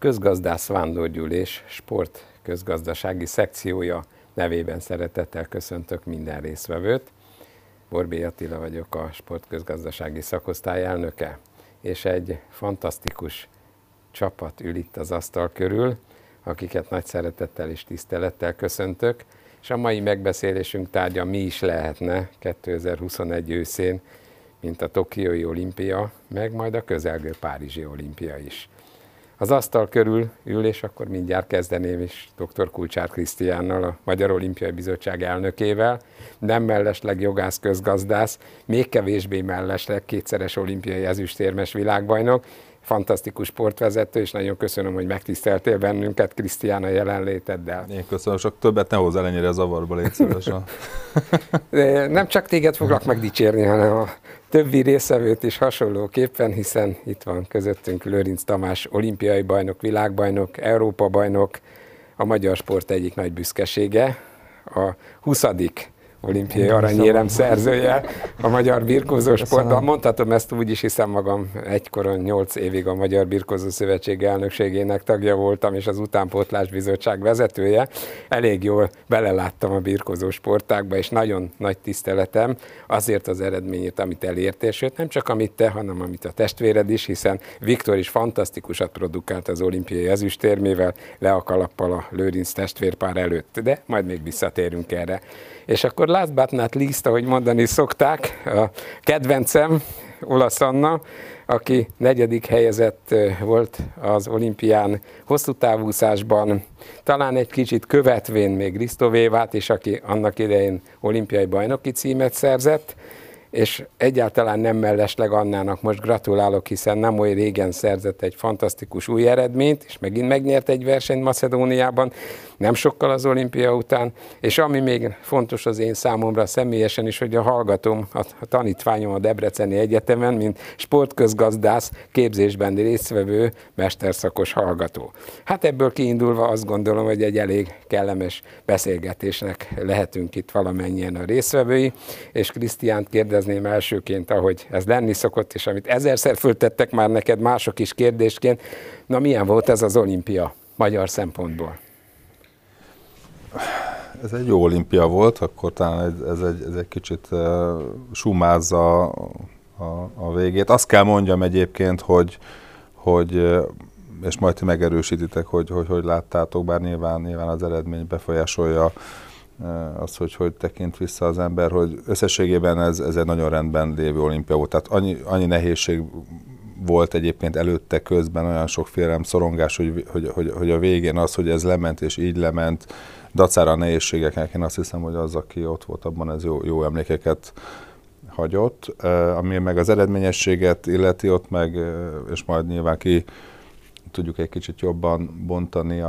Közgazdász Vándorgyűlés sportközgazdasági szekciója nevében szeretettel köszöntök minden résztvevőt. Borbély Attila vagyok, a sportközgazdasági szakosztály elnöke, és egy fantasztikus csapat ül itt az asztal körül, akiket nagy szeretettel és tisztelettel köszöntök, és a mai megbeszélésünk tárgya mi is lehetne 2021 őszén, mint a Tokiói olimpia, meg majd a közelgő párizsi olimpia is. Az asztal körül ül, és akkor mindjárt kezdeném is dr. Kulcsár Krisztiánnal, a Magyar Olimpiai Bizottság elnökével, nem mellesleg jogász közgazdász, még kevésbé mellesleg kétszeres olimpiai ezüstérmes világbajnok, fantasztikus sportvezető, és nagyon köszönöm, hogy megtiszteltél bennünket, Krisztián, a jelenléteddel. Én köszönöm, csak többet ne hozzá ennyire a zavarba, légy szívesen. Nem csak téged foglak megdicsérni, hanem a többi részevőt is hasonlóképpen, hiszen itt van közöttünk Lőrinc Tamás, olimpiai bajnok, világbajnok, Európa-bajnok, a magyar sport egyik nagy büszkesége, a 20. olimpiai aranyérem szerzője a Magyar Birkózó Sportban. Mondhatom ezt úgy is, hiszen magam egykoron 8 évig a Magyar Birkózó Szövetség elnökségének tagja voltam, és az Utánpótlás Bizottság vezetője. Elég jól beleláttam a birkózó sportágba, és nagyon nagy tiszteletem azért az eredményét, amit elértél, sőt nem csak amit te, hanem amit a testvéred is, hiszen Viktor is fantasztikusat produkált az olimpiai ezüstérmével, le a kalappal a Lőrinc testvérpár előtt, de majd még visszatérünk erre. És akkor last but not least, ahogy mondani szokták, a kedvencem, Olasz Anna, aki 4. helyezett volt az olimpián hosszú távúszásban, talán egy kicsit követvén még Risto Vévát is, aki annak idején olimpiai bajnoki címet szerzett, és egyáltalán nem mellesleg Annának most gratulálok, hiszen nem oly régen szerzett egy fantasztikus új eredményt, és megint megnyert egy versenyt Macedóniában, nem sokkal az olimpia után, és ami még fontos az én számomra személyesen is, hogy a hallgatóm, a tanítványom a Debreceni Egyetemen, mint sportközgazdász, képzésben résztvevő, mesterszakos hallgató. Hát ebből kiindulva azt gondolom, hogy egy elég kellemes beszélgetésnek lehetünk itt valamennyien a résztvevői, és Krisztiánt kérdezném elsőként, ahogy ez lenni szokott, és amit ezerszer föltettek már neked mások is kérdésként, na milyen volt ez az olimpia magyar szempontból? Ez egy jó olimpia volt, akkor talán ez egy kicsit sumázza a végét. Azt kell mondjam egyébként, hogy és majd ti megerősítitek, hogy láttátok, bár nyilván az eredmény befolyásolja az, hogy tekint vissza az ember, hogy összességében ez egy nagyon rendben lévő olimpia volt. Tehát annyi nehézség volt egyébként előtte, közben, olyan sok félelem, szorongás, hogy a végén az, hogy ez lement és így lement, dacára a nehézségeknek, én azt hiszem, hogy az, aki ott volt abban, ez jó emlékeket hagyott. Ami meg az eredményességet illeti ott meg, és majd nyilván ki tudjuk egy kicsit jobban bontani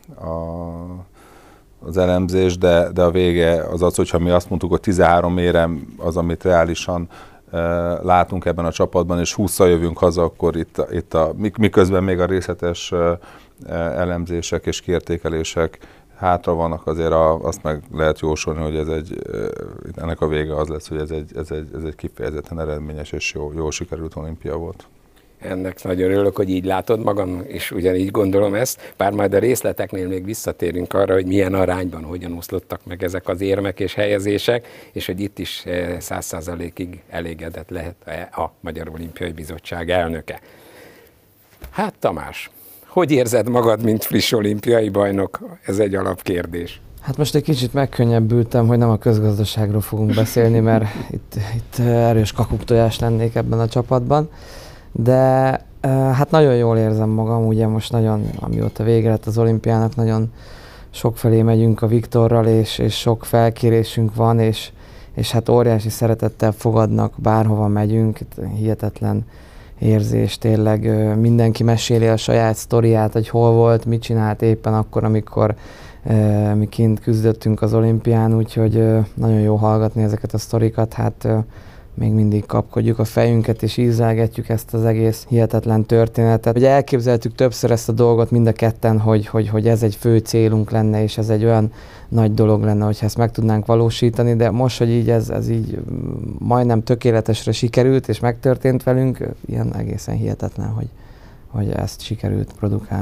az elemzés, de a vége az, hogyha mi azt mondtuk, hogy 13 érem az, amit reálisan látunk ebben a csapatban, és 20-szal jövünk haza, akkor itt miközben még a részletes elemzések és kiértékelések hátra vannak, azért azt meg lehet jósolni, hogy ennek a vége az lesz, hogy ez egy kifejezetten eredményes és jó sikerült olimpia volt. Ennek nagyon örülök, hogy így látod, magam is ugyanígy gondolom ezt, bár majd a részleteknél még visszatérünk arra, hogy milyen arányban, hogyan oszlottak meg ezek az érmek és helyezések, és hogy itt is 100%-ig elégedett lehet a Magyar Olimpiai Bizottság elnöke. Hát Tamás, hogy érzed magad, mint friss olimpiai bajnok? Ez egy alapkérdés. Hát most egy kicsit megkönnyebbültem, hogy nem a közgazdaságról fogunk beszélni, mert itt erős kakuktojás lennék ebben a csapatban. De hát nagyon jól érzem magam, ugye most nagyon, amióta vége lett az olimpiának, nagyon sokfelé megyünk a Viktorral, és sok felkérésünk van, és hát óriási szeretettel fogadnak, bárhova megyünk, hihetetlen érzés tényleg. Mindenki meséli a saját sztoriát, hogy hol volt, mit csinált éppen akkor, amikor mi kint küzdöttünk az olimpián, úgyhogy nagyon jó hallgatni ezeket a sztorikat, hát még mindig kapkodjuk a fejünket és ízlelgetjük ezt az egész hihetetlen történetet. Ugye elképzeltük többször ezt a dolgot mind a ketten, hogy ez egy fő célunk lenne, és ez egy olyan nagy dolog lenne, hogyha ezt meg tudnánk valósítani, de most, hogy így ez így majdnem tökéletesre sikerült, és megtörtént velünk, ilyen egészen hihetetlen, hogy ezt sikerült produkálni.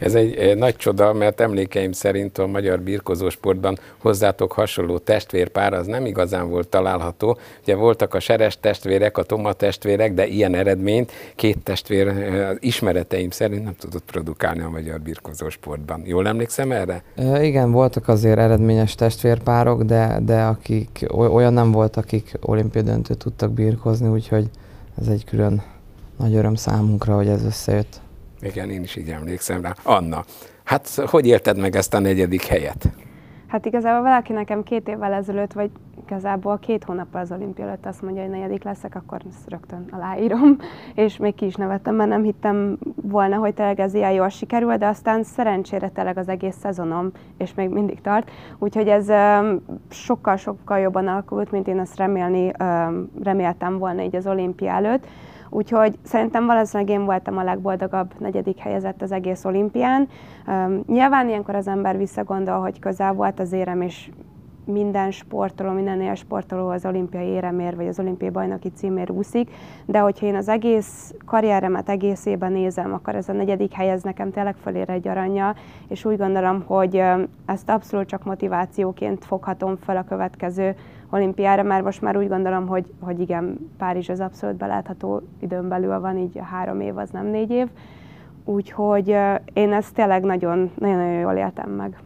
Ez egy nagy csoda, mert emlékeim szerint a magyar birkozósportban hozzátok hasonló testvérpár az nem igazán volt található. Ugye voltak a Seres testvérek, a Toma testvérek, de ilyen eredményt két testvér ismereteim szerint nem tudott produkálni a magyar birkozósportban. Jól emlékszem erre? Igen, voltak azért eredményes testvérpárok, de akik olyan nem volt, akik olimpiai döntőt tudtak birkozni, úgyhogy ez egy külön nagy öröm számunkra, hogy ez összejött. Igen, én is így emlékszem rá. Anna, hát hogy élted meg ezt a 4. helyet? Hát igazából valaki nekem 2 évvel ezelőtt, vagy igazából 2 hónappal az olimpia előtt azt mondja, hogy 4. leszek, akkor ezt rögtön aláírom, és még ki is nevettem, mert nem hittem volna, hogy tényleg ez ilyen jól sikerül, de aztán szerencsére tényleg az egész szezonom, és még mindig tart, úgyhogy ez sokkal jobban alakult, mint én ezt reméltem volna így az olimpia előtt. Úgyhogy szerintem valószínűleg én voltam a legboldogabb 4. helyezett az egész olimpián. Nyilván ilyenkor az ember visszagondol, hogy közel volt az érem, és minden sportoló, minden ilyen sportoló az olimpiai éremért, vagy az olimpiai bajnoki címért úszik, de hogyha én az egész karrieremet egészében nézem, akkor ez a 4. hely ez nekem tényleg fölér egy arannyal, és úgy gondolom, hogy ezt abszolút csak motivációként foghatom fel a következő olimpiára, mert most már úgy gondolom, hogy igen, Párizs az abszolút belátható időn belül van, így 3 év, az nem 4 év. Úgyhogy én ezt tényleg nagyon jól éltem meg.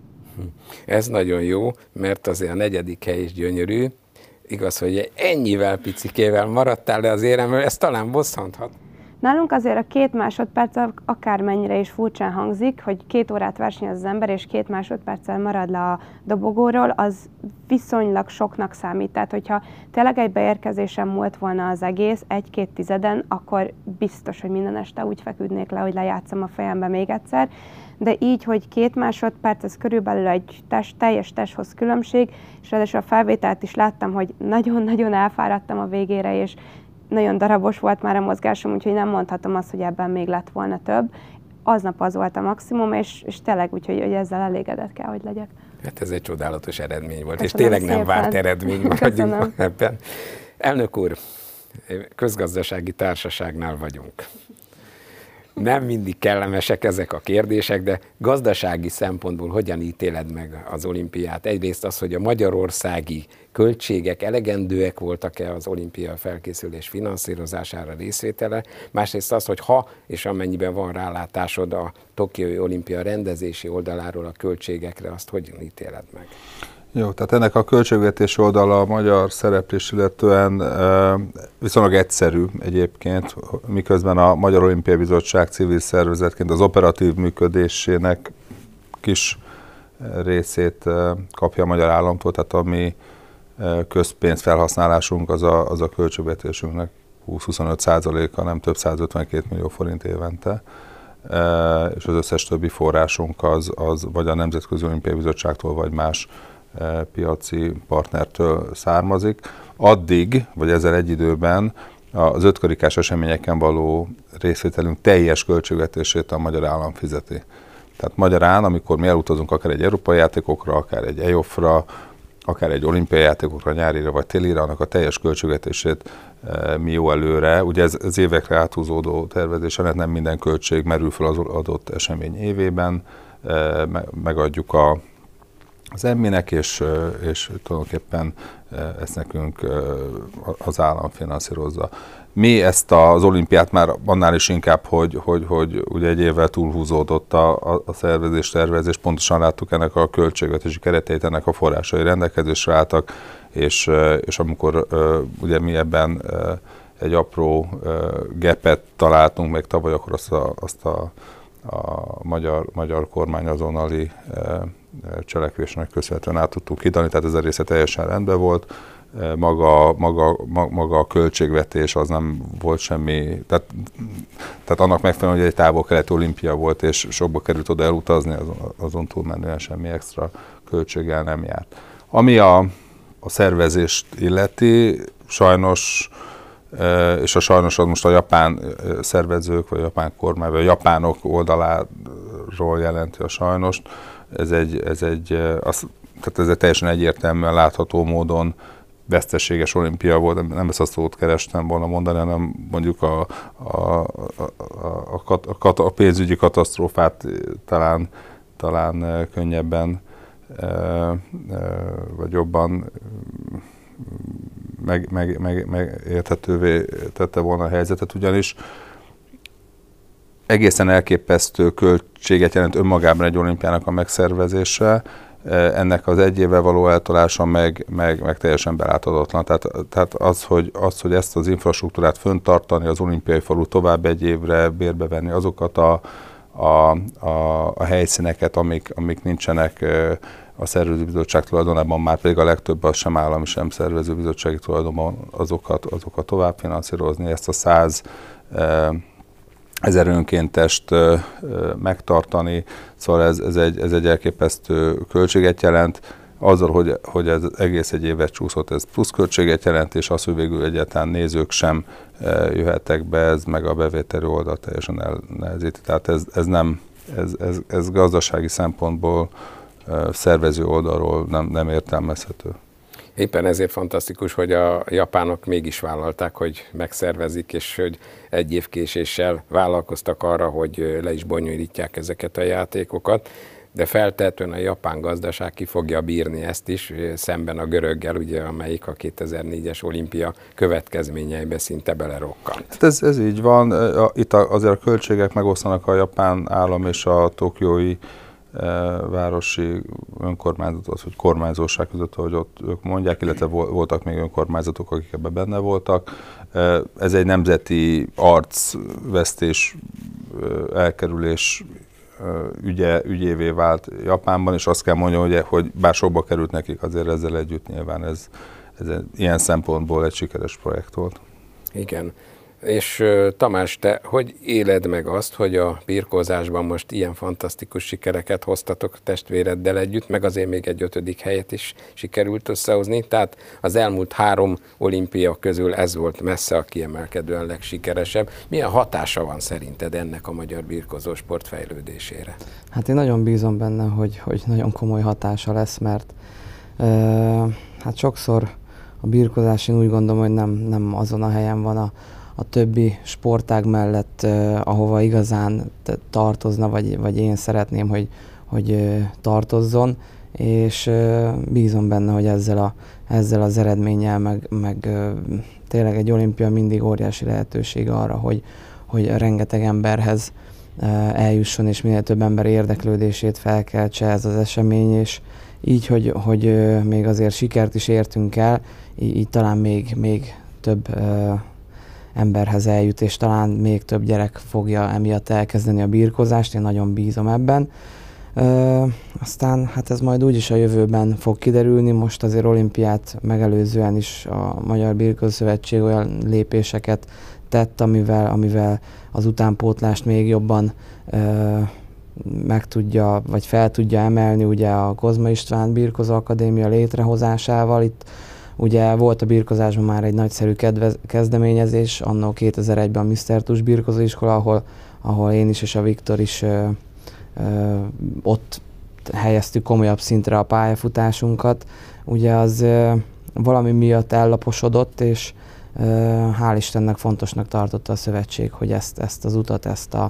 Ez nagyon jó, mert azért a 4. hely is gyönyörű. Igaz, hogy ennyivel picikével maradtál le az éremről, ez talán bosszanthat. Nálunk azért a 2 másodperc akármennyire is furcsán hangzik, hogy 2 órát versenyez az ember, és 2 másodperccel marad le a dobogóról, az viszonylag soknak számít. Tehát, hogyha tényleg egy beérkezésem múlt volna az egész, 1-2 tizeden, akkor biztos, hogy minden este úgy feküdnék le, hogy lejátszom a fejembe még egyszer. De így, hogy 2 másodperc, ez körülbelül egy teljes testhoz különbség, és ráadásul a felvételt is láttam, hogy nagyon-nagyon elfáradtam a végére, és nagyon darabos volt már a mozgásom, úgyhogy nem mondhatom azt, hogy ebben még lett volna több. Aznap az volt a maximum, és tényleg úgyhogy hogy ezzel elégedett kell, hogy legyek. Hát ez egy csodálatos eredmény volt, Köszönöm és tényleg nem várt eredmény, maradjunk ebben. Elnök úr, közgazdasági társaságnál vagyunk. Nem mindig kellemesek ezek a kérdések, de gazdasági szempontból hogyan ítéled meg az olimpiát? Egyrészt az, hogy a magyarországi költségek elegendőek voltak-e az olimpia felkészülés finanszírozására, részvétele, másrészt az, hogy ha és amennyiben van rálátásod a Tokiói olimpia rendezési oldaláról a költségekre, azt hogyan ítéled meg? Jó, tehát ennek a költségvetési oldala a magyar szereplés illetően viszonylag egyszerű egyébként, miközben a Magyar Olimpiai Bizottság civil szervezetként az operatív működésének kis részét kapja a magyar államtól, tehát a mi közpénz felhasználásunk az a költségvetésünknek 20-25%-a, nem több 152 millió forint évente, és az összes többi forrásunk az vagy a Nemzetközi Olimpiai Bizottságtól, vagy más piaci partnertől származik. Addig, vagy ezzel egy időben az 5 karikás eseményeken való részvételünk teljes költségvetését a magyar állam fizeti. Tehát magyarán, amikor mi elutazunk akár egy európai játékokra, akár egy EOF-ra, akár egy olimpiai játékokra, nyárira vagy télire, annak a teljes költségvetését mi jó előre. Ugye ez évekre áthúzódó tervezés, mert nem minden költség merül fel az adott esemény évében, megadjuk az EMMI-nek, és tulajdonképpen ezt nekünk az állam finanszírozza. Mi ezt az olimpiát már annál is inkább, hogy ugye egy évvel túlhúzódott a tervezés, pontosan láttuk ennek a költségvetési kereteit, ennek a forrásai rendelkezésre álltak, és amikor ugye mi ebben egy apró gapet találtunk még tavaly, akkor azt a magyar kormány azonnali cselekvésnek köszönhetően át tudtuk hidalni, tehát ez a része teljesen rendben volt. Maga a költségvetés az nem volt semmi, tehát annak megfelelően, hogy egy távol-keleti olimpia volt, és sokba került oda elutazni, azon túlmenően semmi extra költséggel nem járt. Ami a szervezést illeti, sajnos, és sajnos az most a japán szervezők, vagy a japán kormány, vagy a japánok oldaláról jelenti a sajnos, ez egy teljesen egyértelműen látható módon veszteséges olimpia volt, nem ezt a szót kerestem volna mondani, hanem mondjuk a pénzügyi katasztrófát talán könnyebben vagy jobban megérthetővé tette volna a helyzetet, ugyanis egészen elképesztő költséget jelent önmagában egy olimpiának a megszervezése, ennek az egy évvel való eltolása meg teljesen beláthatatlan. Tehát az, hogy ezt az infrastruktúrát fönntartani, az olimpiai falu tovább egy évre bérbe venni, azokat a helyszíneket, amik nincsenek a szervezőbizottság tulajdonában, már pedig a legtöbb az sem állami, sem szervezőbizottsági tulajdonban, azokat tovább finanszírozni, ezt a 100 000 önkéntest megtartani, szóval ez egy elképesztő költséget jelent. Azzal, hogy ez egész egy évet csúszott, ez plusz költséget jelent, és az, hogy végül egyáltalán nézők sem jöhettek be, ez meg a bevételi oldal teljesen elnehezíti. Tehát ez gazdasági szempontból, szervező oldalról nem értelmezhető. Éppen ezért fantasztikus, hogy a japánok mégis vállalták, hogy megszervezik, és hogy egy év késéssel vállalkoztak arra, hogy le is bonyolítják ezeket a játékokat, de feltehetően a japán gazdaság ki fogja bírni ezt is, szemben a göröggel, ugye, amelyik a 2004-es olimpia következményeibe szinte belerokkant. Hát ez így van. Itt azért a költségek megosztanak a japán állam és a tokiói városi önkormányzatot, vagy kormányzóság között, ahogy ott ők mondják, illetve voltak még önkormányzatok, akik ebben benne voltak. Ez egy nemzeti arcvesztés, elkerülés ügyévé vált Japánban, és azt kell mondjam, hogy bár sokba került nekik, azért ezzel együtt nyilván ez ilyen szempontból egy sikeres projekt volt. Igen. És Tamás, te hogy éled meg azt, hogy a birkózásban most ilyen fantasztikus sikereket hoztatok testvéreddel együtt, meg azért még egy 5. helyet is sikerült összehozni, tehát az elmúlt 3 olimpia közül ez volt messze a kiemelkedően legsikeresebb. Milyen hatása van szerinted ennek a magyar birkózósport fejlődésére? Hát én nagyon bízom benne, hogy nagyon komoly hatása lesz, mert hát sokszor a birkózás, én úgy gondolom, hogy nem azon a helyen van a többi sportág mellett, ahova igazán tartozna, vagy én szeretném, hogy tartozzon, és bízom benne, hogy ezzel az eredménnyel, meg tényleg egy olimpia mindig óriási lehetőség arra, hogy rengeteg emberhez eljusson, és minél több ember érdeklődését felkeltse ez az esemény, és így, hogy még azért sikert is értünk el, így talán még több emberhez eljut, és talán még több gyerek fogja emiatt elkezdeni a birkózást, én nagyon bízom ebben. Aztán hát ez majd úgyis a jövőben fog kiderülni, most azért olimpiát megelőzően is a Magyar Birkózó Szövetség olyan lépéseket tett, amivel az utánpótlást még jobban meg tudja, vagy fel tudja emelni, ugye a Kozma István Birkózó Akadémia létrehozásával. Itt ugye volt a birkózásban már egy nagyszerű kezdeményezés, annó 2001-ben a Mr. Tus birkózóiskola, ahol én is és a Viktor is ott helyeztük komolyabb szintre a pályafutásunkat. Ugye az valami miatt ellaposodott, és hál' Istennek fontosnak tartotta a szövetség, hogy ezt az utat,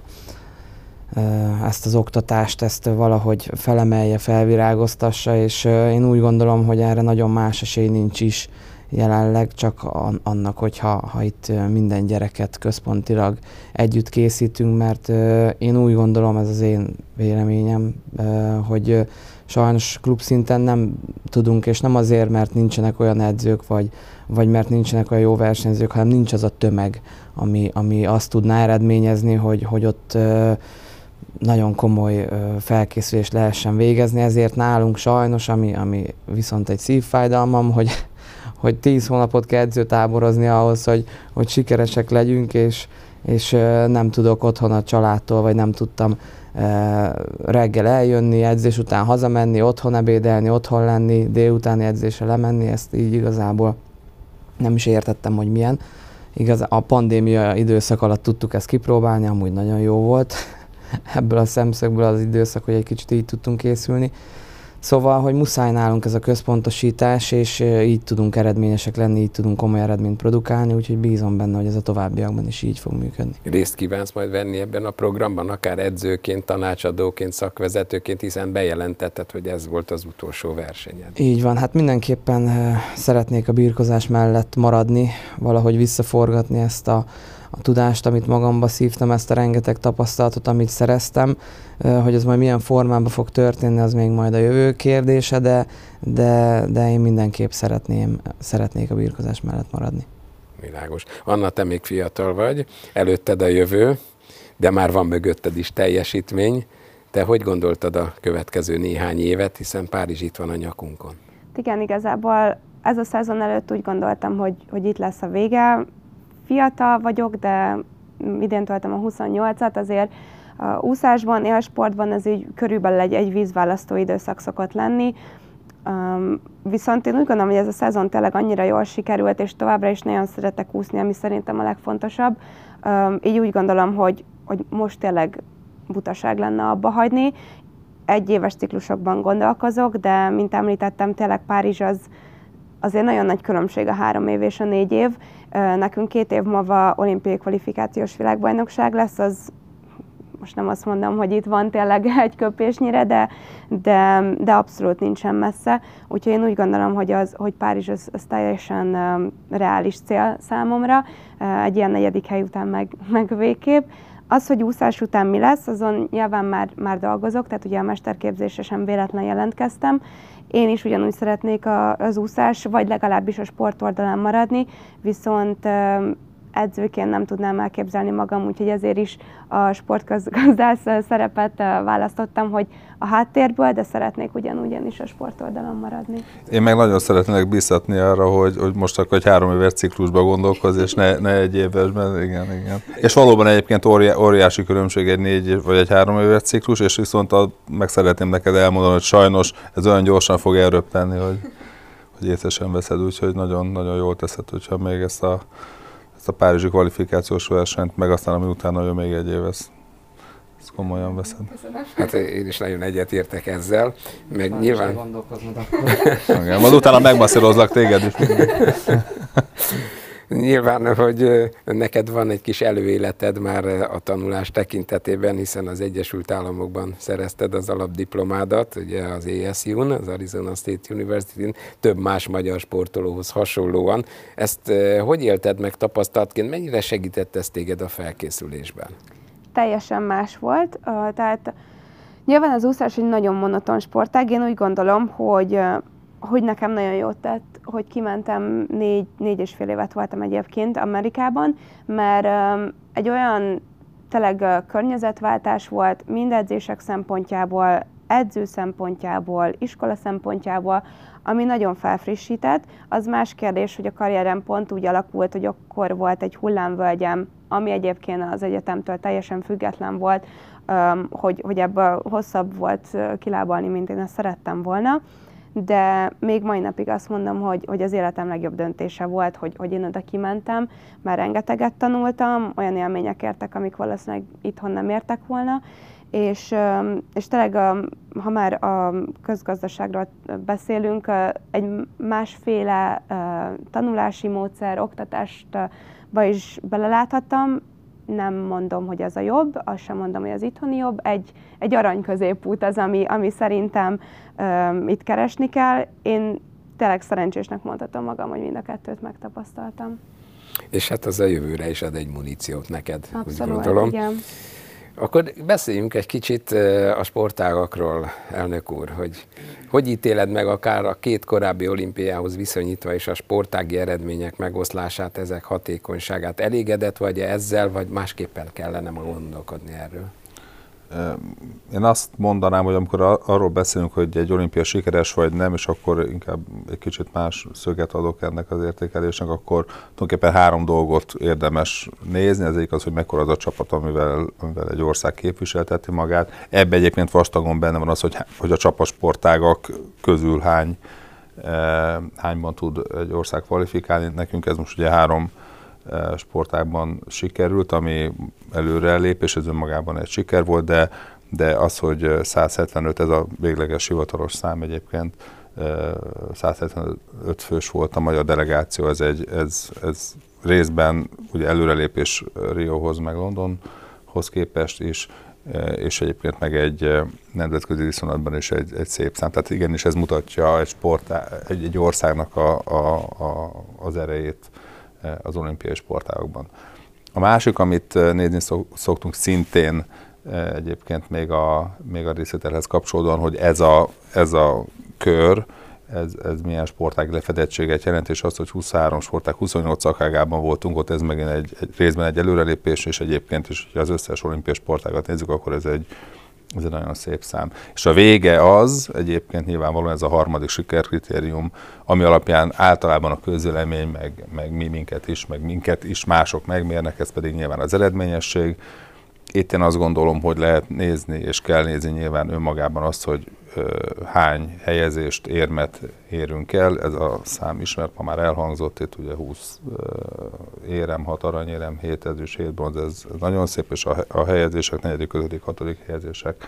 ezt az oktatást, ezt valahogy felemelje, felvirágoztassa, és én úgy gondolom, hogy erre nagyon más esély nincs is jelenleg, csak annak, hogyha itt minden gyereket központilag együtt készítünk, mert én úgy gondolom, ez az én véleményem, hogy sajnos klubszinten nem tudunk, és nem azért, mert nincsenek olyan edzők, vagy mert nincsenek olyan jó versenyzők, hanem nincs az a tömeg, ami azt tudná eredményezni, hogy ott nagyon komoly felkészülést lehessen végezni, ezért nálunk sajnos, ami viszont egy szívfájdalmam, hogy 10 hónapot kell edzőtáborozni ahhoz, hogy sikeresek legyünk, és nem tudok otthon a családtól, vagy nem tudtam reggel eljönni, edzés után hazamenni, otthon ebédelni, otthon lenni, délutáni edzésre lemenni, ezt így igazából nem is értettem, hogy milyen. Igaz, a pandémia időszak alatt tudtuk ezt kipróbálni, amúgy nagyon jó volt ebből a szemszögből az időszak, hogy egy kicsit így tudtunk készülni. Szóval, hogy muszáj nálunk ez a központosítás, és így tudunk eredményesek lenni, így tudunk komoly eredményt produkálni, úgyhogy bízom benne, hogy ez a továbbiakban is így fog működni. Részt kívánsz majd venni ebben a programban, akár edzőként, tanácsadóként, szakvezetőként, hiszen bejelentetted, hogy ez volt az utolsó versenyed. Így van, hát mindenképpen szeretnék a birkozás mellett maradni, valahogy visszaforgatni ezt a tudást, amit magamba szívtam, ezt a rengeteg tapasztalatot, amit szereztem, hogy ez majd milyen formában fog történni, az még majd a jövő kérdése, de én mindenképp szeretnék a birkozás mellett maradni. Világos. Anna, te még fiatal vagy, előtted a jövő, de már van mögötted is teljesítmény. Te hogy gondoltad a következő néhány évet, hiszen Párizs itt van a nyakunkon? Igen, igazából ez a szezon előtt úgy gondoltam, hogy itt lesz a vége. Fiatal vagyok, de idén töltöm a 28-at, azért a úszásban, élsportban ez így körülbelül egy vízválasztó időszak szokott lenni. Viszont én úgy gondolom, hogy ez a szezon tényleg annyira jól sikerült, és továbbra is nagyon szeretek úszni, ami szerintem a legfontosabb. Így úgy gondolom, hogy most tényleg butaság lenne abba hagyni. Egy éves ciklusokban gondolkozok, de mint említettem, tényleg Párizs az azért nagyon nagy különbség a 3 év és a 4 év. Nekünk 2 év múlva olimpiai kvalifikációs világbajnokság lesz, az most nem azt mondom, hogy itt van tényleg egy köpésnyire, de abszolút nincsen messze. Úgyhogy én úgy gondolom, hogy Párizs az teljesen reális cél számomra, egy ilyen 4. hely után meg végképp. Az, hogy úszás után mi lesz, azon nyilván már dolgozok, tehát ugye a mesterképzésre sem véletlen jelentkeztem. Én is ugyanúgy szeretnék az úszás, vagy legalábbis a sportoldalán maradni, viszont edzőként nem tudnám elképzelni magam, úgyhogy ezért is a sportközgazdász szerepet választottam, hogy a háttérből, de szeretnék ugyanúgy a sportoldalon maradni. Én meg nagyon szeretnék biztatni arra, hogy most akkor egy 3 éves ciklusba gondolkozz, és ne egy évesben, igen. És valóban egyébként óriási különbség egy 4 vagy egy 3 éves ciklus, és viszont meg szeretném neked elmondani, hogy sajnos ez olyan gyorsan fog elröppenni, hogy észre sem veszed, úgyhogy nagyon jól teszed, hogyha még ezt a párizsi kvalifikációs versenyt, meg aztán ami utána jön még egy év, ezt komolyan veszed. Hát én is nagyon egyetértek ezzel, meg nyilván... Igen, majd utána megmasszírozlak téged is. Nyilván, hogy neked van egy kis előéleted már a tanulás tekintetében, hiszen az Egyesült Államokban szerezted az alapdiplomádat, ugye az ASU-n, az Arizona State University-n, több más magyar sportolóhoz hasonlóan. Ezt hogy élted meg tapasztalatként, mennyire segített ez téged a felkészülésben? Teljesen más volt, tehát nyilván az úszás egy nagyon monoton sportág. Én úgy gondolom, hogy nekem nagyon jót tett, hogy kimentem, 4,5 évet voltam egyébként Amerikában, mert egy olyan tényleg környezetváltás volt, mind edzések szempontjából, edző szempontjából, iskola szempontjából, ami nagyon felfrissített. Az más kérdés, hogy a karrierem pont úgy alakult, hogy akkor volt egy hullámvölgyem, ami egyébként az egyetemtől teljesen független volt, hogy ebből hosszabb volt kilábalni, mint én ezt szerettem volna. De még mai napig azt mondom, hogy az életem legjobb döntése volt, hogy én oda kimentem, mert rengeteget tanultam, olyan élmények értek, amik valószínűleg itthon nem értek volna, és tényleg, ha már a közgazdaságról beszélünk, egy másféle tanulási módszer, oktatásba is beleláthattam. Nem mondom, hogy az a jobb, azt sem mondom, hogy az itthoni jobb. Egy arany középút az, ami szerintem itt keresni kell. Én tényleg szerencsésnek mondhatom magam, hogy mind a kettőt megtapasztaltam. És hát az a jövőre is ad egy muníciót neked, abszolút, úgy gondolom. Igen. Akkor beszéljünk egy kicsit a sportágakról, elnök úr, hogy ítéled meg akár a 2 korábbi olimpiához viszonyítva is a sportági eredmények megoszlását, ezek hatékonyságát. Elégedett vagy ezzel, vagy másképpen kellene gondolkodni erről? Én azt mondanám, hogy amikor arról beszélünk, hogy egy olimpia sikeres vagy nem, és akkor inkább egy kicsit más szöget adok ennek az értékelésnek, akkor tulajdonképpen 3 dolgot érdemes nézni. Ez egyik az, hogy mekkora az a csapat, amivel egy ország képviselteti magát. Ebben egyébként vastagon benne van az, hogy a csapatsportágak közül hányban tud egy ország kvalifikálni. Nekünk ez most ugye 3 sportágban sikerült, ami előrelépés, ez önmagában egy siker volt, de az, hogy 175, ez a végleges hivatalos szám egyébként, 175 fős volt a magyar delegáció, ez részben ugye előrelépés Rióhoz meg Londonhoz képest is, és egyébként meg egy nemzetközi viszonylatban is egy szép szám. Tehát igenis ez mutatja egy országnak az erejét az olimpiai sportágokban. A másik, amit nézni szoktunk szintén egyébként még a részvételhez kapcsolódóan, hogy ez a kör, ez milyen sportág lefedettséget jelent, és az, hogy 23 sportág, 28 szakágában voltunk, ott ez megint egy részben egy előrelépés, és egyébként is, hogy az összes olimpiai sportágat nézzük, akkor ez egy nagyon szép szám. És a vége az, egyébként nyilvánvalóan ez a harmadik sikerkritérium, ami alapján általában a közvélemény, meg minket is mások megmérnek, ez pedig nyilván az eredményesség. Itt én azt gondolom, hogy lehet nézni, és kell nézni nyilván önmagában azt, hogy hány helyezést, érmet érünk el. Ez a szám ismert, ma már elhangzott, itt ugye 20 érem, 6 aranyérem, 7 ezüst, 7 bronz, ez nagyon szép, és a helyezések, 4., 5., 6. helyezések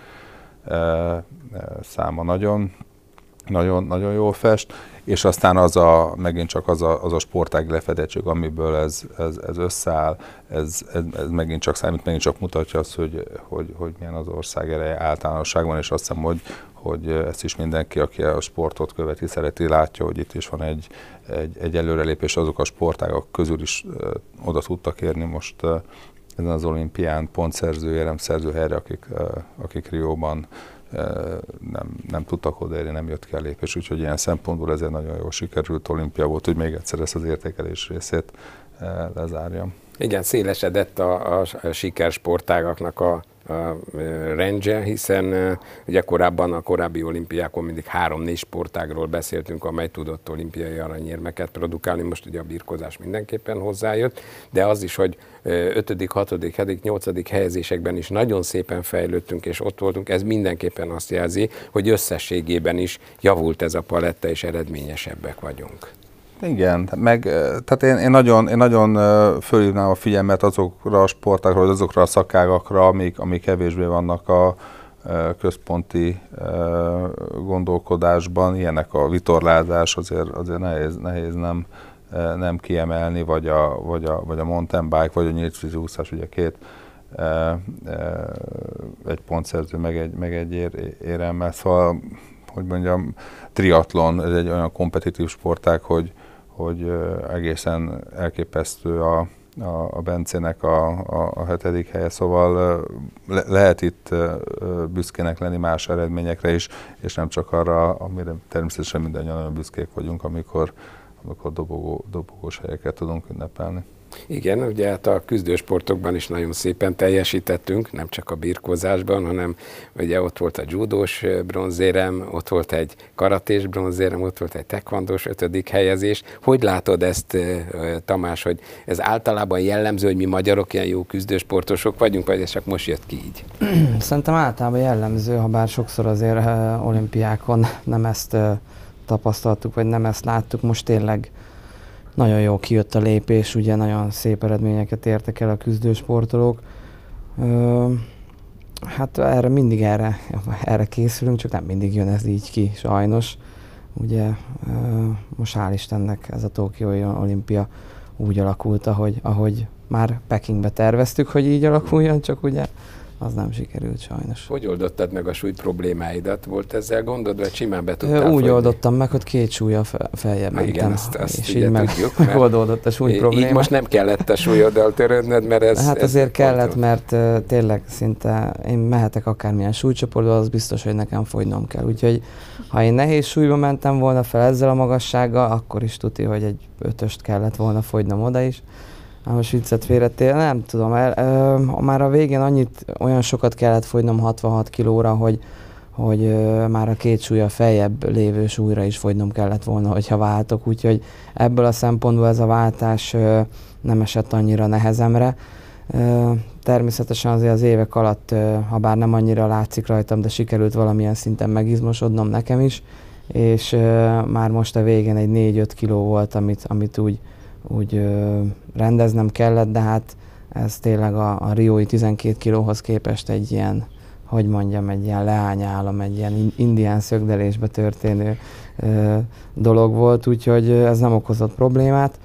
száma nagyon jól fest, és aztán megint csak az a sportág lefedettség, amiből ez összeáll, ez megint csak számít, megint csak mutatja azt, hogy milyen az ország ereje általánosságban, és azt hiszem, hogy ezt is mindenki, aki a sportot követi, szereti, látja, hogy itt is van egy előrelépés, azok a sportágok közül is oda tudtak érni most ezen az olimpián pontszerző, éremszerző helyre, akik Rióban nem tudtak odaérni, nem jött ki a lépés, úgyhogy ilyen szempontból ez egy nagyon jól sikerült olimpia volt, hogy még egyszer ezt az értékelés részét lezárjam. Igen, szélesedett a sikersportágaknak a rendje, hiszen ugye korábban a korábbi olimpiákon mindig 3-4 sportágról beszéltünk, amely tudott olimpiai aranyérmeket produkálni, most ugye a birkózás mindenképpen hozzájött, de az is, hogy 5., 6., 7., 8. helyezésekben is nagyon szépen fejlődtünk és ott voltunk, ez mindenképpen azt jelzi, hogy összességében is javult ez a paletta és eredményesebbek vagyunk. Igen, tehát én nagyon fölhívnám a figyelmet azokra a sportákra, vagy azokra a szakágakra, amik kevésbé vannak a központi gondolkodásban. Ilyenek a vitorlázás, azért nehéz nem kiemelni, vagy a mountain bike, vagy a nyíltvízúszás, ugye egy pontszerző, meg egy éremmel. Szóval, hogy mondjam, triatlon, ez egy olyan kompetitív sportág, hogy egészen elképesztő a Bencének a 7. helye, szóval lehet itt büszkének lenni más eredményekre is, és nem csak arra, amire természetesen mindannyian nagyon büszkék vagyunk, amikor dobogós helyeket tudunk ünnepelni. Igen, ugye hát a küzdősportokban is nagyon szépen teljesítettünk, nem csak a birkózásban, hanem ugye ott volt a judós bronzérem, ott volt egy karatés bronzérem, ott volt egy tekvandós 5. helyezés. Hogy látod ezt, Tamás, hogy ez általában jellemző, hogy mi magyarok ilyen jó küzdősportosok vagyunk, vagy ez csak most jött ki így? Szerintem általában jellemző, ha bár sokszor azért olimpiákon nem ezt tapasztaltuk, vagy nem ezt láttuk, most tényleg nagyon jól kijött a lépés, ugye nagyon szép eredményeket értek el a küzdősportolók. Hát erre készülünk, csak nem mindig jön ez így ki, sajnos. Ugye most hál' Istennek ez a tokiói olimpia úgy alakult, ahogy már Pekingbe terveztük, hogy így alakuljon, csak ugye az nem sikerült sajnos. Hogy oldottad meg a súly problémáidat? Volt ezzel gondod, vagy simán be tudtál Úgy oldottam meg, hogy 2 súlya feljebb mentem. Azt és így tudjuk, megoldódott a súly probléma. Így most nem kellett a súlyoddal törődnöd, mert ez... Hát azért kellett, mert tényleg szinte én mehetek akármilyen súlycsoportba, az biztos, hogy nekem fogynom kell. Úgyhogy ha én nehéz súlyba mentem volna fel ezzel a magassággal, akkor is tuti, hogy egy 5-öst kellett volna fogynom oda is. Most viccet félretél, nem tudom, már a végén olyan sokat kellett fogynom 66 kilóra, hogy már a 2 súlya feljebb lévő súlyra is fogynom kellett volna, hogyha váltok, úgyhogy ebből a szempontból ez a váltás nem esett annyira nehezemre. Természetesen azért az évek alatt, ha bár nem annyira látszik rajtam, de sikerült valamilyen szinten megizmosodnom nekem is, és már most a végén egy 4-5 kiló volt, amit úgy rendeznem kellett, de hát ez tényleg a riói 12 kilóhoz képest egy ilyen hogy mondjam, egy ilyen leányálom, egy ilyen indián szögdelésbe történő dolog volt, úgyhogy ez nem okozott problémát.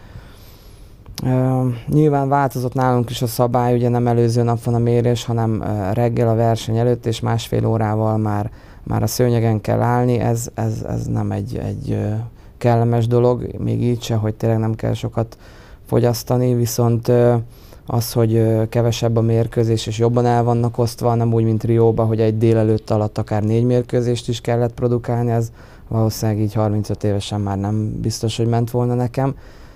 Nyilván változott nálunk is a szabály, ugye nem előző nap van a mérés, hanem reggel a verseny előtt, és másfél órával már a szőnyegen kell állni, ez nem egy kellemes dolog, még így se, hogy tényleg nem kell sokat fogyasztani, viszont az, hogy kevesebb a mérkőzés és jobban el vannak osztva, nem úgy, mint Rióban, hogy egy délelőtt alatt akár 4 mérkőzést is kellett produkálni, ez valószínűleg így 35 évesen már nem biztos, hogy ment volna nekem,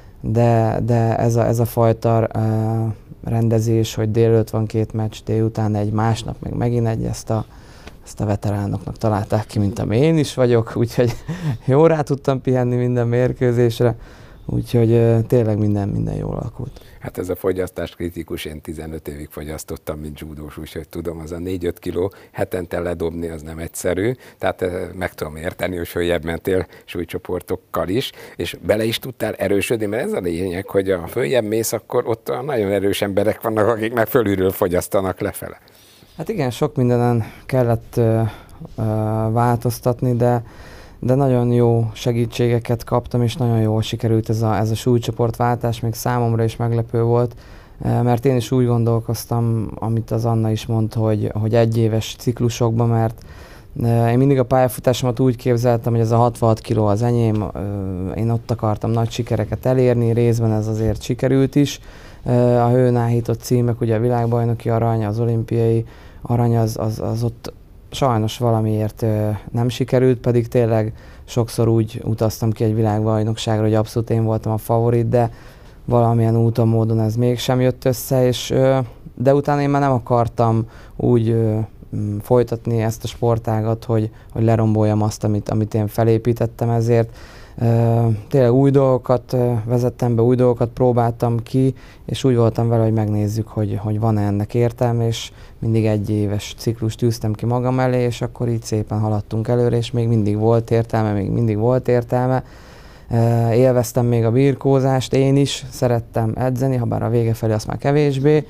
de ez a fajta rendezés, hogy délelőtt van 2 meccs, délután egy, másnap meg megint egy, ezt a veteránoknak találták ki, mint ami én is vagyok, úgyhogy jól rá tudtam pihenni minden mérkőzésre, úgyhogy tényleg minden jól alakult. Hát ez a fogyasztás kritikus, én 15 évig fogyasztottam, mint judós, úgyhogy tudom, az a 4-5 kiló hetente ledobni, az nem egyszerű, tehát meg tudom érteni, hogy följebb mentél súlycsoportokkal is, és bele is tudtál erősödni, mert ez a lényeg, hogy a följebb mész, akkor ott nagyon erős emberek vannak, akik meg fölülről fogyasztanak lefele. Hát igen, sok mindenen kellett változtatni, de nagyon jó segítségeket kaptam, és nagyon jól sikerült ez a súlycsoportváltás, még számomra is meglepő volt, mert én is úgy gondolkoztam, amit az Anna is mondta, hogy egyéves ciklusokban, mert én mindig a pályafutásomat úgy képzeltem, hogy ez a 66 kiló az enyém, én ott akartam nagy sikereket elérni, részben ez azért sikerült is. A hőn áhított címek, ugye a világbajnoki arany, az olimpiai arany, az ott sajnos valamiért nem sikerült, pedig tényleg sokszor úgy utaztam ki egy világbajnokságra, hogy abszolút én voltam a favorit, de valamilyen úton, módon ez mégsem jött össze, de utána én már nem akartam úgy folytatni ezt a sportágat, hogy leromboljam azt, amit én felépítettem, ezért tényleg új dolgokat vezettem be, új dolgokat próbáltam ki, és úgy voltam vele, hogy megnézzük, hogy van-e ennek értelme, és mindig egy éves ciklust tűztem ki magam elé, és akkor így szépen haladtunk előre, és még mindig volt értelme, Élveztem még a birkózást, én is szerettem edzeni, habár a vége felé azt már kevésbé,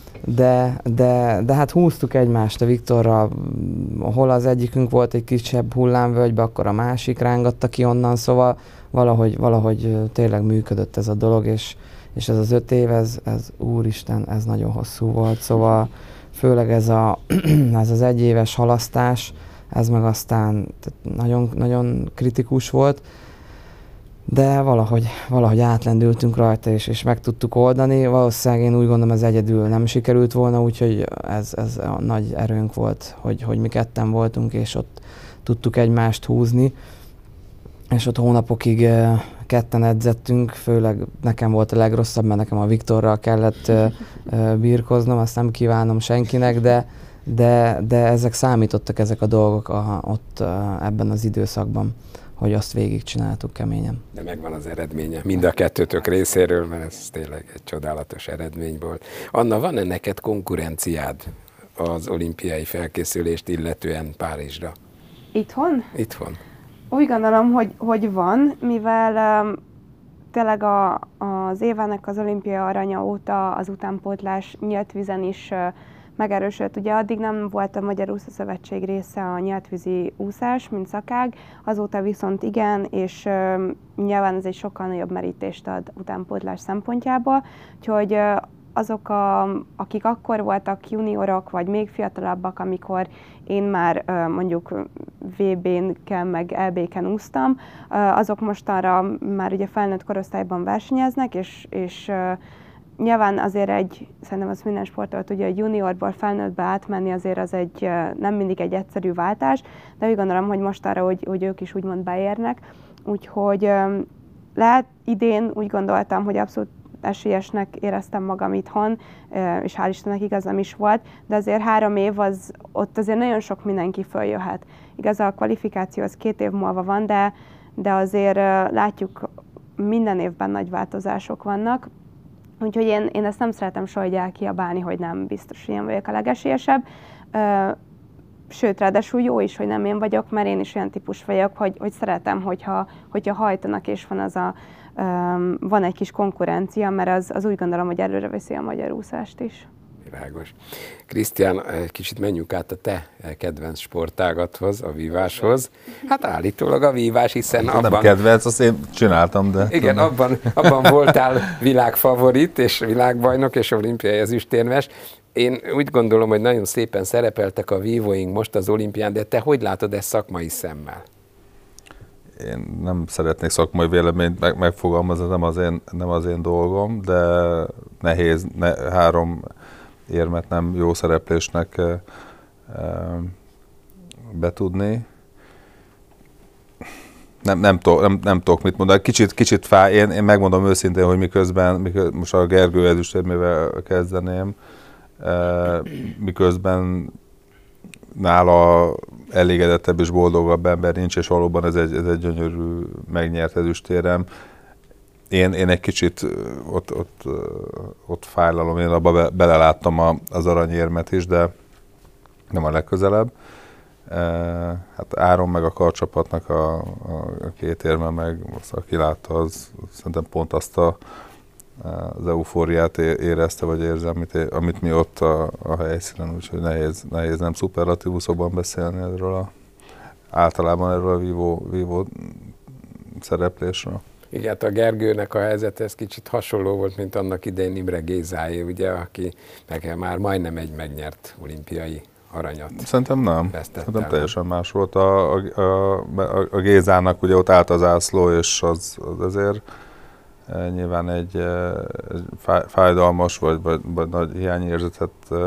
de hát húztuk egymást a Viktorral, hol az egyikünk volt egy kisebb hullámvölgybe, akkor a másik rángatta ki onnan, szóval valahogy tényleg működött ez a dolog, és ez az 5 év, ez úristen, ez nagyon hosszú volt, szóval főleg ez az egyéves halasztás, ez meg aztán nagyon, nagyon kritikus volt, de valahogy átlendültünk rajta, és meg tudtuk oldani. Valószínűleg én úgy gondolom, ez egyedül nem sikerült volna, úgyhogy ez a nagy erőnk volt, hogy mi ketten voltunk, és ott tudtuk egymást húzni. És ott hónapokig ketten edzettünk, főleg nekem volt a legrosszabb, mert nekem a Viktorral kellett birkoznom, azt nem kívánom senkinek, de ezek számítottak, ezek a dolgok ott ebben az időszakban, hogy azt végigcsináltuk keményen. De megvan az eredménye mind a kettőtök részéről, mert ez tényleg egy csodálatos eredmény volt. Anna, van-e neked konkurenciád az olimpiai felkészülést illetően Párizsra? Itthon? Itthon. Úgy gondolom, hogy van, mivel tényleg az évának az olimpia aranya óta az utánpótlás nyílt vízen is megerősödött. Ugye addig nem volt a Magyar Úszó Szövetség része a nyíltvízi úszás, mint szakág, azóta viszont igen, és nyilván ez egy sokkal nagyobb merítést ad utánpótlás szempontjából, úgyhogy azok, akik akkor voltak juniorok, vagy még fiatalabbak, amikor én már mondjuk VB-n meg LB-ken úsztam, azok mostanra már ugye felnőtt korosztályban versenyeznek, és nyilván azért szerintem az minden sportoló tudja, hogy juniorból felnőttbe átmenni azért az nem mindig egy egyszerű váltás, de úgy gondolom, hogy mostanra, hogy ők is úgymond beérnek, úgyhogy lehet idén úgy gondoltam, hogy abszolút esélyesnek éreztem magam itthon, és hál' Istennek igaz nem is volt, de azért 3 év ott azért nagyon sok mindenki följöhet. Igaz, a kvalifikáció az 2 év múlva van, de azért látjuk, minden évben nagy változások vannak, úgyhogy én ezt nem szeretem soha elkiabálni, hogy nem biztos, hogy én vagyok a legesélyesebb. Sőt, ráadásul jó is, hogy nem én vagyok, mert én is olyan típus vagyok, hogy szeretem, hogyha hajtanak, és van egy kis konkurencia, mert az úgy gondolom, hogy előre veszi a magyar úszást is. Világos. Krisztián, kicsit menjünk át a te kedvenc sportágathoz, a víváshoz. Hát állítólag a vívás, hiszen abban... Nem kedvenc, azt én csináltam, de... Igen, abban voltál világfavorit, és világbajnok, és olimpiai ezüstérmes. Én úgy gondolom, hogy nagyon szépen szerepeltek a vívóink most az olimpián, de te hogy látod ezt szakmai szemmel? Én nem szeretnék szakmai véleményt megfogalmazni, nem az én dolgom, de nehéz 3 érmet nem jó szereplésnek betudni. Nem tudok mit mondani. Kicsit fáj. Én megmondom őszintén, hogy miközben most a Gergő ezüstérmével kezdeném, miközben nála elégedettebb és boldogabb ember nincs, és valóban ez egy gyönyörű megnyert ezüstérem. Én egy kicsit ott fájlalom, én abba beleláttam az aranyérmet is, de nem a legközelebb. Hát Áron meg a karcsapatnak a 2 érme meg, aki látta, az szerintem pont azt az eufóriát érezte, vagy érzi, amit mi ott a helyszínen, úgyhogy nehéz nem szuperlatívuszokban beszélni általában erről a vívó szereplésről. Igen, a Gergőnek a helyzet ez kicsit hasonló volt, mint annak idején Imre Gézáé, ugye, aki már majdnem egy megnyert olimpiai aranyat. Szerintem nem. Szerintem teljesen más volt. A Gézának ugye ott állt az ászló, és az azért nyilván egy fájdalmas, vagy nagy hiányérzetet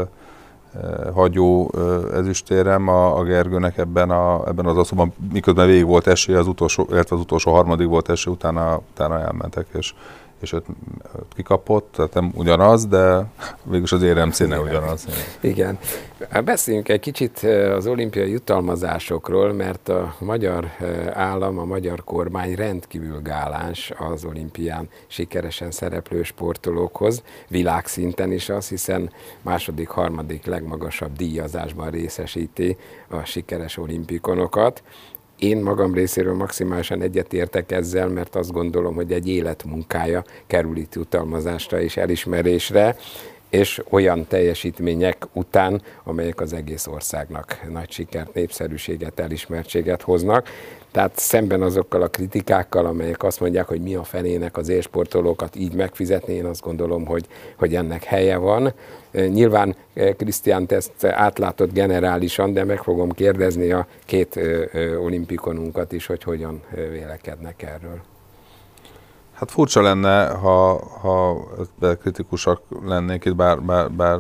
hagyó ezüstérem. A Gergőnek ebben az aszóban, miközben végig volt esély, az utolsó harmadik volt esély, utána elmentek, és őt kikapott, tehát nem ugyanaz, de végülis az érem színe ugyanaz. Igen. Beszéljünk egy kicsit az olimpiai jutalmazásokról, mert a magyar állam, a magyar kormány rendkívül gáláns az olimpián sikeresen szereplő sportolókhoz, világszinten is az, hiszen második-harmadik legmagasabb díjazásban részesíti a sikeres olimpikonokat. Én magam részéről maximálisan egyetértek ezzel, mert azt gondolom, hogy egy életmunkája kerül itt jutalmazásra és elismerésre, és olyan teljesítmények után, amelyek az egész országnak nagy sikert, népszerűséget, elismertséget hoznak. Tehát szemben azokkal a kritikákkal, amelyek azt mondják, hogy mi a fenének az élsportolókat így megfizetni, én azt gondolom, hogy ennek helye van. Nyilván Krisztián, te ezt átlátod generálisan, de meg fogom kérdezni a 2 olimpikonunkat is, hogy hogyan vélekednek erről. Hát furcsa lenne, ha kritikusak lennénk itt, bár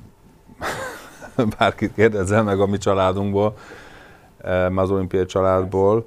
bárkit kérdezzel meg a mi családunkból, az olimpiai családból.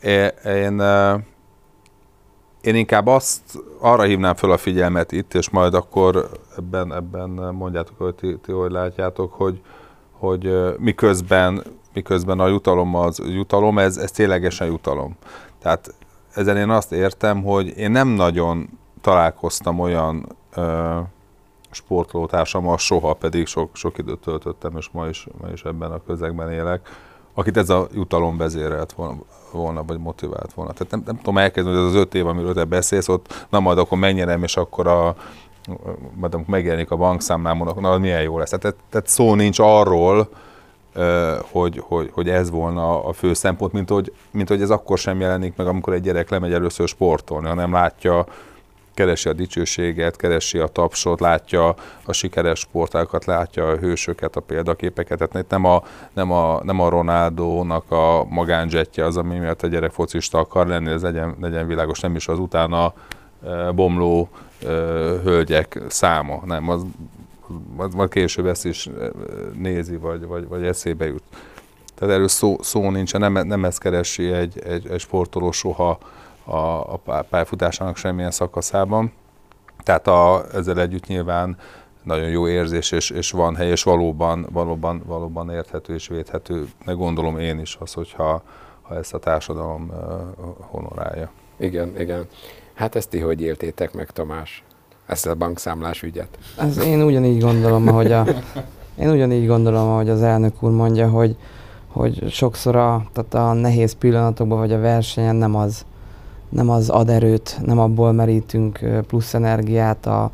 Én inkább arra hívnám fel a figyelmet itt, és majd akkor ebben mondjátok, hogy ti hogy látjátok, hogy miközben a jutalom, ez ténylegesen jutalom. Tehát ezen én azt értem, hogy én nem nagyon találkoztam olyan sportolótársammal soha, pedig sok időt töltöttem, és ma is ebben a közegben élek, akit ez a jutalom vezérelt volna, vagy motivált volna. Tehát nem tudom elkezdeni, hogy az 5 év, amiről te beszélsz, ott na majd akkor megnyerem, és akkor majd amikor megjelenik a bankszámlámon, na milyen jó lesz. Tehát szó nincs arról, hogy ez volna a fő szempont, mint hogy ez akkor sem jelenik meg, amikor egy gyerek lemegy először sportolni, hanem látja, keresi a dicsőséget, keresi a tapsot, látja a sikeres sportákat, látja a hősöket, a példaképeket. Tehát nem a Ronaldónak a magánzsetje az, ami miatt a gyerek focista akar lenni, ez legyen világos, nem is az utána bomló hölgyek száma, nem, az majd később ezt is nézi, vagy eszébe jut. Tehát erről szó nincsen, nem ezt keresi egy sportoló soha a pályafutásának semmilyen szakaszában. Tehát ezzel együtt nyilván nagyon jó érzés, és van hely, és valóban érthető és védhető, meg gondolom én is az, hogyha ezt a társadalom honorálja. Igen. Hát ezt ti hogy éltétek meg, Tamás? Ezt a bankszámlás ügyet? Én ugyanígy gondolom, ahogy az elnök úr mondja, hogy sokszor tehát a nehéz pillanatokban, vagy a versenyen nem az ad erőt, nem abból merítünk plusz energiát a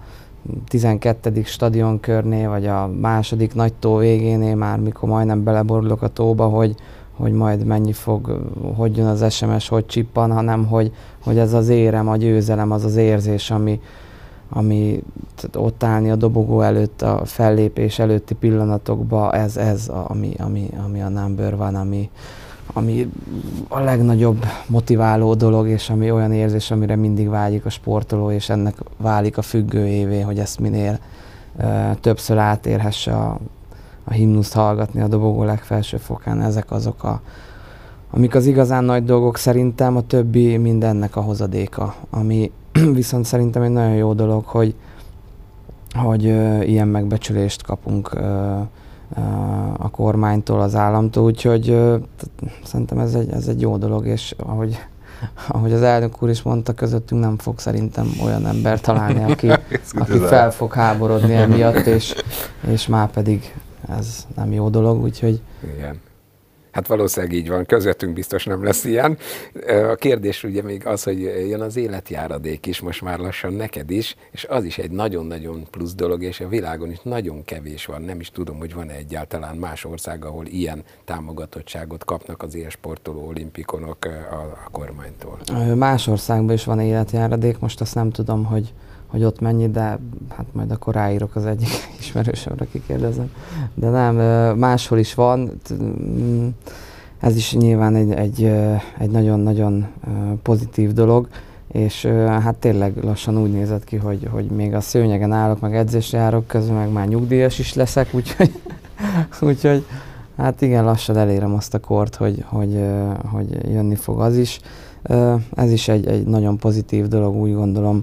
12. stadionkörnél, vagy a második nagy tó végénél már, mikor majdnem beleborulok a tóba, hogy majd mennyi fog, hogy jön az SMS, hogy csippan, hanem hogy ez az érem, a győzelem, az az érzés, ami ott állni a dobogó előtt, a fellépés előtti pillanatokban, ez ami a number one, ami a legnagyobb motiváló dolog, és ami olyan érzés, amire mindig vágyik a sportoló, és ennek válik a függőjévé, hogy ezt minél többször átérhesse a himnuszt hallgatni a dobogó legfelső fokán. Ezek azok, amik az igazán nagy dolgok szerintem, a többi mindennek a hozadéka, ami viszont szerintem egy nagyon jó dolog, hogy ilyen megbecsülést kapunk a kormánytól, az államtól, úgyhogy szerintem ez egy jó dolog, és ahogy az elnök úr is mondta, közöttünk nem fog szerintem olyan ember találni, aki fel fog háborodni emiatt, és már pedig ez nem jó dolog, úgyhogy... Igen. Hát valószínűleg így van, közöttünk biztos nem lesz ilyen. A kérdés ugye még az, hogy jön az életjáradék is most már lassan neked is, és az is egy nagyon-nagyon plusz dolog, és a világon is nagyon kevés van. Nem is tudom, hogy van-e egyáltalán más ország, ahol ilyen támogatottságot kapnak az élsportoló olimpikonok a kormánytól. Más országban is van életjáradék, most azt nem tudom, hogy ott mennyi, de hát majd akkor ráírok az egyik ismerősömre, kikérdezem. De nem, máshol is van. Ez is nyilván egy nagyon-nagyon pozitív dolog, és hát tényleg lassan úgy nézett ki, hogy még a szőnyegen állok, meg edzésre járok, közben meg már nyugdíjas is leszek, úgyhogy hát igen, lassan elérem azt a kort, hogy jönni fog az is. Ez is egy nagyon pozitív dolog, úgy gondolom,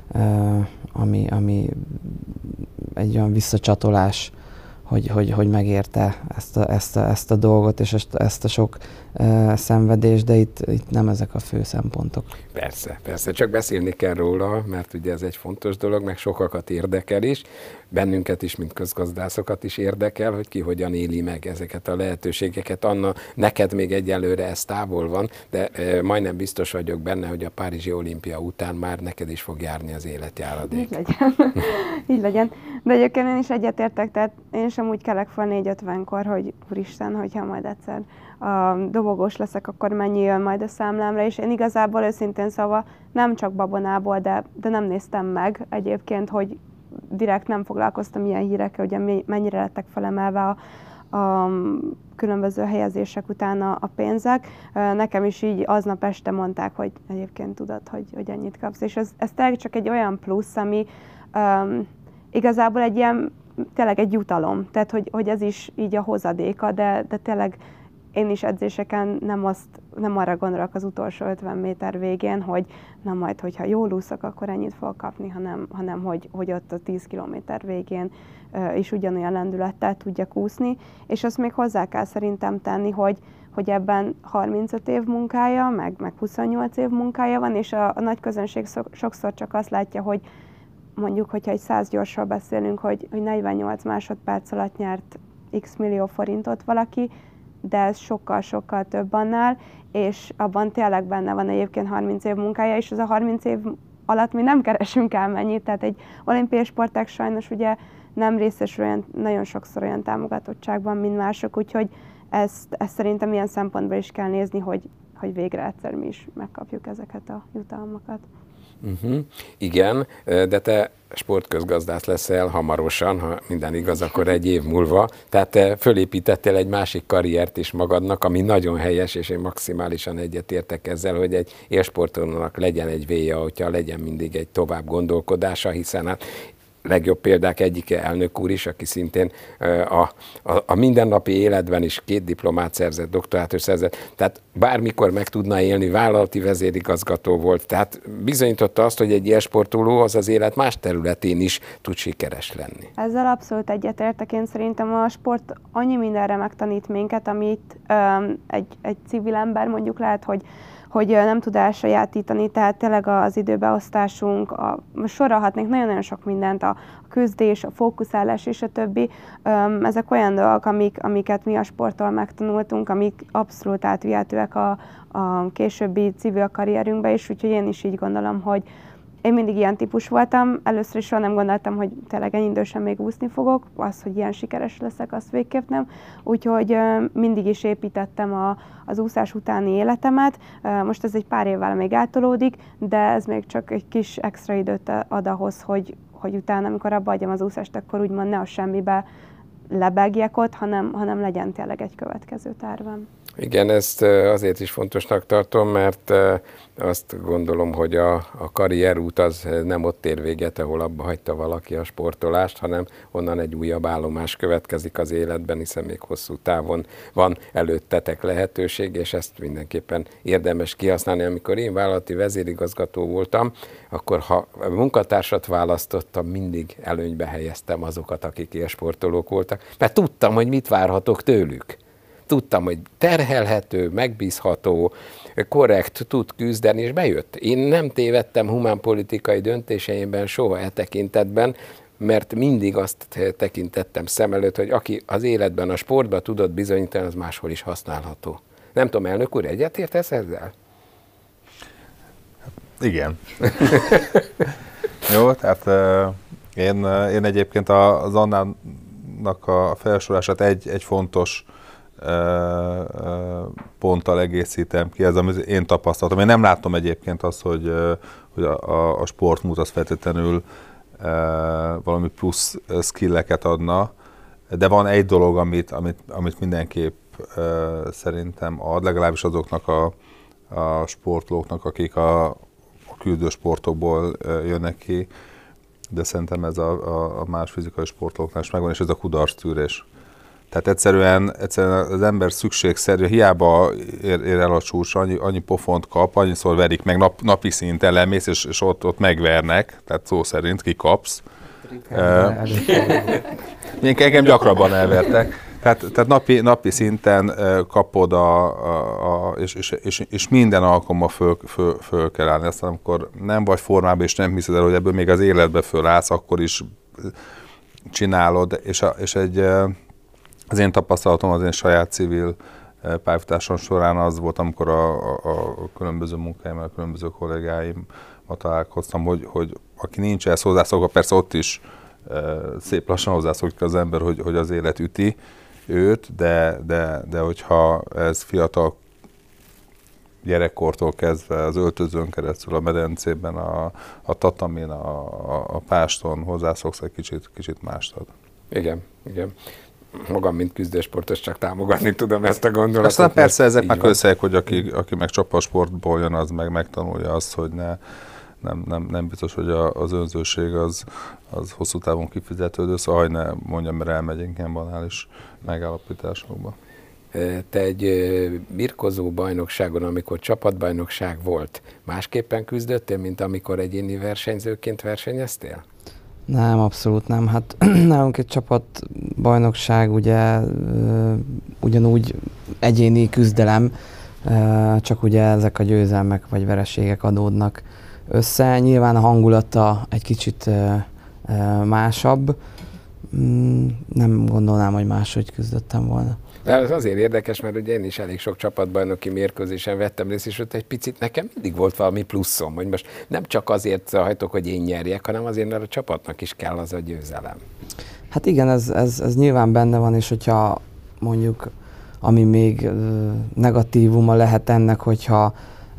ami egy olyan visszacsatolás, hogy megérte ezt a dolgot, és ezt a sok szenvedést, de itt nem ezek a fő szempontok. Persze, csak beszélni kell róla, mert ugye ez egy fontos dolog, meg sokakat érdekel is, bennünket is, mint közgazdászokat is érdekel, hogy ki hogyan éli meg ezeket a lehetőségeket. Anna, neked még egyelőre ez távol van, de majdnem biztos vagyok benne, hogy a Párizsi olimpia után már neked is fog járni az életjáradék. Így legyen. Így legyen. De egyébként én is egyetértek, tehát én sem úgy kelek fel 4:50-kor, hogy úristen, hogyha majd egyszer dobogós leszek, akkor mennyi jön majd a számlámra, és én igazából őszintén szóval nem csak babonából, de nem néztem meg egyébként, hogy direkt nem foglalkoztam ilyen hírekkel, ugye mennyire lettek felemelve a különböző helyezések után a pénzek. Nekem is így aznap este mondták, hogy egyébként tudod, hogy ennyit kapsz, és ez tényleg csak egy olyan plusz, ami igazából egy ilyen, tényleg egy jutalom, tehát hogy ez is így a hozadéka, de tényleg én is edzéseken nem arra gondolok az utolsó 50 méter végén, hogy na majd, hogyha jól úszok, akkor ennyit fog kapni, hanem hogy ott a 10 kilométer végén is ugyanolyan lendülettel tudjak úszni, és azt még hozzá kell szerintem tenni, hogy ebben 35 év munkája, meg 28 év munkája van, és a nagy közönség sokszor csak azt látja, hogy mondjuk, hogyha egy 100 gyorsról beszélünk, hogy 48 másodperc alatt nyert x millió forintot valaki, de ez sokkal-sokkal több annál, és abban tényleg benne van egyébként 30 év munkája, és az a 30 év alatt mi nem keresünk el mennyit, tehát egy olimpiai sportág sajnos ugye nem részesül nagyon sokszor olyan támogatottságban, mint mások, úgyhogy ezt szerintem ilyen szempontból is kell nézni, hogy végre egyszer mi is megkapjuk ezeket a jutalmakat. Igen, de te sportközgazdász leszel hamarosan, ha minden igaz, akkor egy év múlva. Tehát te fölépítettél egy másik karriert is magadnak, ami nagyon helyes, és én maximálisan egyetértek ezzel, hogy egy élsportolónak legyen egy véja, hogyha legyen mindig egy tovább gondolkodása, hiszen hát legjobb példák egyike elnök úr is, aki szintén a mindennapi életben is 2 diplomát szerzett, doktorátus szerzett, tehát bármikor meg tudna élni, vállalati vezérigazgató volt, tehát bizonyította azt, hogy egy élsportoló az élet más területén is tud sikeres lenni. Ezzel abszolút egyetértek, én szerintem a sport annyi mindenre megtanít minket, amit egy civil ember mondjuk lehet, hogy nem tud elsajátítani, tehát tényleg az időbeosztásunk, sorolhatnék nagyon-nagyon sok mindent, a küzdés, a fókuszálás és a többi. Ezek olyan dolgok, amiket mi a sporttól megtanultunk, amik abszolút átvihetőek a későbbi civil karrierünkbe is, úgyhogy én is így gondolom, hogy én mindig ilyen típus voltam, először is soha nem gondoltam, hogy tényleg ennyi idősen még úszni fogok, az, hogy ilyen sikeres leszek, azt végképp nem, úgyhogy mindig is építettem az úszás utáni életemet, most ez egy pár évvel még eltolódik, de ez még csak egy kis extra időt ad ahhoz, hogy utána, amikor abba adjam az úszást, akkor úgymond ne a semmibe lebegjek ott, hanem legyen tényleg egy következő tervem. Igen, ezt azért is fontosnak tartom, mert azt gondolom, hogy a karrierút az nem ott ér véget, ahol abba hagyta valaki a sportolást, hanem onnan egy újabb állomás következik az életben, hiszen még hosszú távon van előttetek lehetőség, és ezt mindenképpen érdemes kihasználni. Amikor én vállalati vezérigazgató voltam, akkor ha munkatársat választottam, mindig előnybe helyeztem azokat, akik élsportolók voltak, mert tudtam, hogy mit várhatok tőlük. Tudtam, hogy terhelhető, megbízható, korrekt, tud küzdeni, és bejött. Én nem tévedtem humánpolitikai döntéseimben soha e tekintetben, mert mindig azt tekintettem szem előtt, hogy aki az életben, a sportban tudott bizonyítani, az máshol is használható. Nem tudom, elnök úr, egyetértesz ezzel? Igen. Jó, tehát én egyébként az Annának a felsorolását egy fontos ponttal egészítem ki, ez amit én tapasztaltam. Én nem látom egyébként azt, hogy a sportmút az feltétlenül valami plusz skilleket adna, de van egy dolog, amit mindenképp szerintem ad, legalábbis azoknak a sportolóknak, akik a küzdő sportokból jönnek ki, de szerintem ez a más fizikai sportolóknál is megvan, és ez a kudarctűrés. Tehát egyszerűen az ember szükségszerű, hiába ér el a csúcsra, annyi pofont kap, annyiszor verik meg, napi szinten lemész, és ott megvernek, tehát szó szerint kikapsz. Engem gyakrabban elvertek. Tehát napi szinten kapod, és minden alkalommal föl kell állni. Aztán amikor nem vagy formában, és nem hiszed el, hogy ebből még az életbe fölállsz, akkor is csinálod, és az én tapasztalatom, az én saját civil pályafutásom során az volt, amikor a különböző munkáim, a különböző kollégáimmal találkoztam, hogy aki nincs ehhez hozzászokva, persze ott is szép lassan hozzászokik az ember, hogy az élet üti őt, de hogyha ez fiatal gyerekkortól kezdve az öltözőn keresztül, a medencében, a tatamin, a páston hozzászoksz, egy kicsit mást ad. Igen. Magam, mint küzdősportos, csak támogatni tudom ezt a gondolatot. Aztán persze ezek meg összejek, hogy aki meg csapasportból jön, az meg megtanulja azt, hogy nem biztos, hogy az önzőség az hosszú távon kifizetődő, szóval hogy ne mondjam, mert elmegyünk ilyen banális megállapításokba. Te egy birkozó bajnokságon, amikor csapatbajnokság volt, másképpen küzdöttél, mint amikor egyéni versenyzőként versenyeztél? Nem, abszolút nem. Hát nálunk egy csapatbajnokság ugye ugyanúgy egyéni küzdelem, csak ugye ezek a győzelmek vagy vereségek adódnak össze. Nyilván a hangulata egy kicsit másabb. Nem gondolnám, hogy máshogy küzdöttem volna. De ez azért érdekes, mert ugye én is elég sok csapatbajnoki mérkőzésen vettem részt, és ott egy picit nekem mindig volt valami pluszom, hogy most nem csak azért hajtok, hogy én nyerjek, hanem azért, mert a csapatnak is kell az a győzelem. Hát igen, ez nyilván benne van, és hogyha mondjuk, ami még negatívuma lehet ennek, hogyha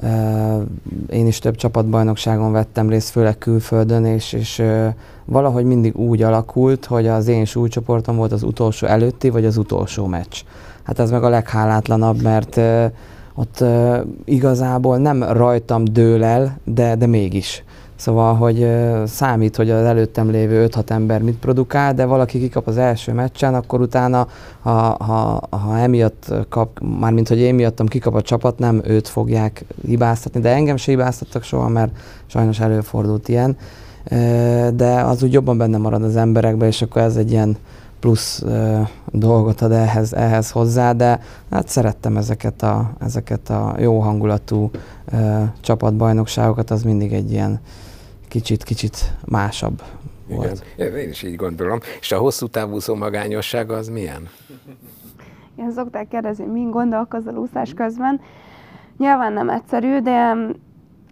én is több csapatbajnokságon vettem részt, főleg külföldön, és valahogy mindig úgy alakult, hogy az én súlycsoportom volt az utolsó előtti, vagy az utolsó meccs. Hát ez meg a leghálátlanabb, mert ott igazából nem rajtam dől el, de mégis. Szóval, hogy számít, hogy az előttem lévő 5-6 ember mit produkál, de valaki kikap az első meccsen, akkor utána, ha emiatt kap, mármint hogy én miattam kikap a csapat, nem őt fogják hibáztatni, de engem se hibáztattak soha, mert sajnos előfordult ilyen. De az úgy jobban benne marad az emberekbe, és akkor ez egy ilyen plusz dolgot ad ehhez hozzá, de hát szerettem ezeket a jó hangulatú csapatbajnokságokat, az mindig egy ilyen kicsit másabb volt. Igen, én is így gondolom. És a hosszú távúszó magányossága az milyen? Igen, szokták kérdezni, min gondolkozol úszás közben. Nyilván nem egyszerű, de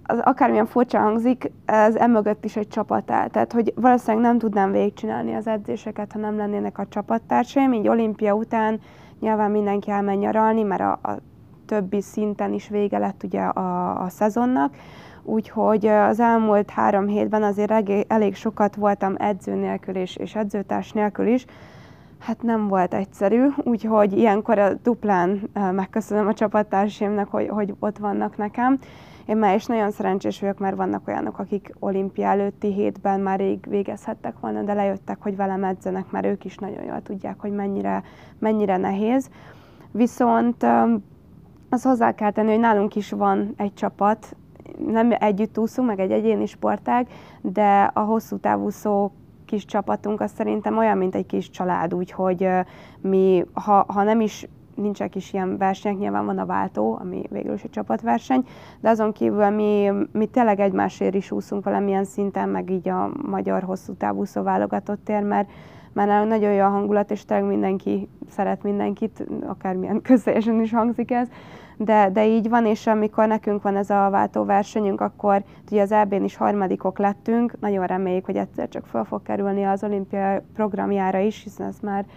az akármilyen furcsa hangzik, ez emögött is egy csapat áll. Tehát, hogy valószínűleg nem tudnám végigcsinálni az edzéseket, ha nem lennének a csapattársaim. Így olimpia után nyilván mindenki elmegy nyaralni, mert a többi szinten is vége lett ugye a szezonnak. Úgyhogy az elmúlt 3 hétben azért elég sokat voltam edző nélkül és edzőtárs nélkül is. Hát nem volt egyszerű, úgyhogy ilyenkor duplán megköszönöm a csapattársaimnak, hogy ott vannak nekem. Én már is nagyon szerencsés vagyok, mert vannak olyanok, akik olimpia előtti hétben már rég végezhettek volna, de lejöttek, hogy velem edzenek, mert ők is nagyon jól tudják, hogy mennyire nehéz. Viszont az hozzá kell tenni, hogy nálunk is van egy csapat, nem együtt úszunk, meg egy egyéni sportág, de a hosszú távúszó kis csapatunk az szerintem olyan, mint egy kis család, úgyhogy mi, ha nem is nincsenek is ilyen versenyek, nyilván van a váltó, ami végül is egy csapatverseny, de azon kívül mi tényleg egymásért is úszunk valamilyen szinten, meg így a magyar hosszú távúszó válogatottért, mert nagyon jó a hangulat, és tényleg mindenki szeret mindenkit, akármilyen közösen is hangzik ez, de így van, és amikor nekünk van ez a váltóversenyünk, akkor ugye az EB-n is harmadikok lettünk, nagyon reméljük, hogy egyszer csak fel fog kerülni az olimpia programjára is, hiszen ez már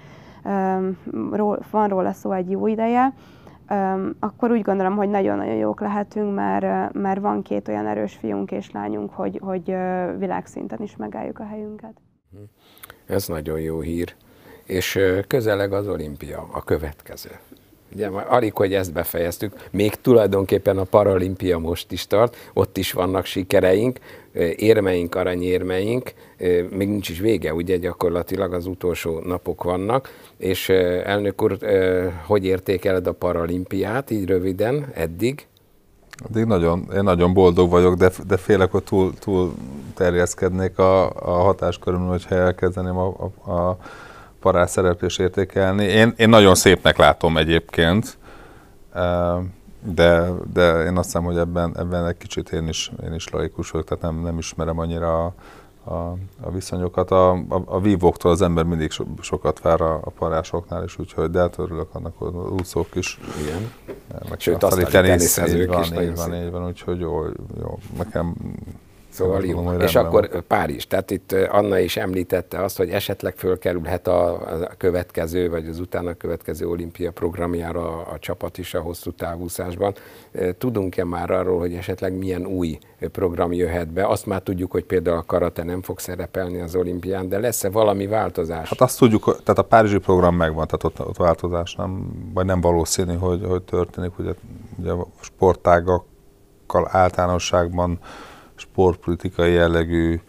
van róla szó egy jó ideje, akkor úgy gondolom, hogy nagyon-nagyon jók lehetünk, mert van 2 olyan erős fiunk és lányunk, hogy világszinten is megálljuk a helyünket. Ez nagyon jó hír. És közeleg az olimpia, a következő. Ugye alig, hogy ezt befejeztük, még tulajdonképpen a paralimpia most is tart, ott is vannak sikereink, érmeink, aranyérmeink, még nincs is vége, ugye gyakorlatilag az utolsó napok vannak, és elnök úr, hogy értékeled a paralimpiát, így röviden, eddig? Én nagyon boldog vagyok, de félek, hogy túl terjeszkednék a hatáskörömön, hogyha elkezdeném a parás szereplés értékelni. Én nagyon szépnek látom egyébként, de én azt hiszem, hogy ebben egy kicsit én is laikus vagyok, tehát nem ismerem annyira a viszonyokat. A vívóktól az ember mindig sokat vár a parásoknál is, úgyhogy de örülök annak, hogy az úszók is. Igen. Sőt, asztali teniszezők is. Így van, úgyhogy jó, nekem. Szóval jó. És akkor Párizs. Tehát itt Anna is említette azt, hogy esetleg fölkerülhet a következő, vagy az utána következő olimpia programjára a csapat is a hosszú távúszásban. Tudunk-e már arról, hogy esetleg milyen új program jöhet be? Azt már tudjuk, hogy például a karate nem fog szerepelni az olimpián, de lesz-e valami változás? Hát azt tudjuk, tehát a párizsi program megvan, tehát ott változás nem valószínű, hogy történik. Ugye a sportágakkal általánosságban sportpolitikai jellegű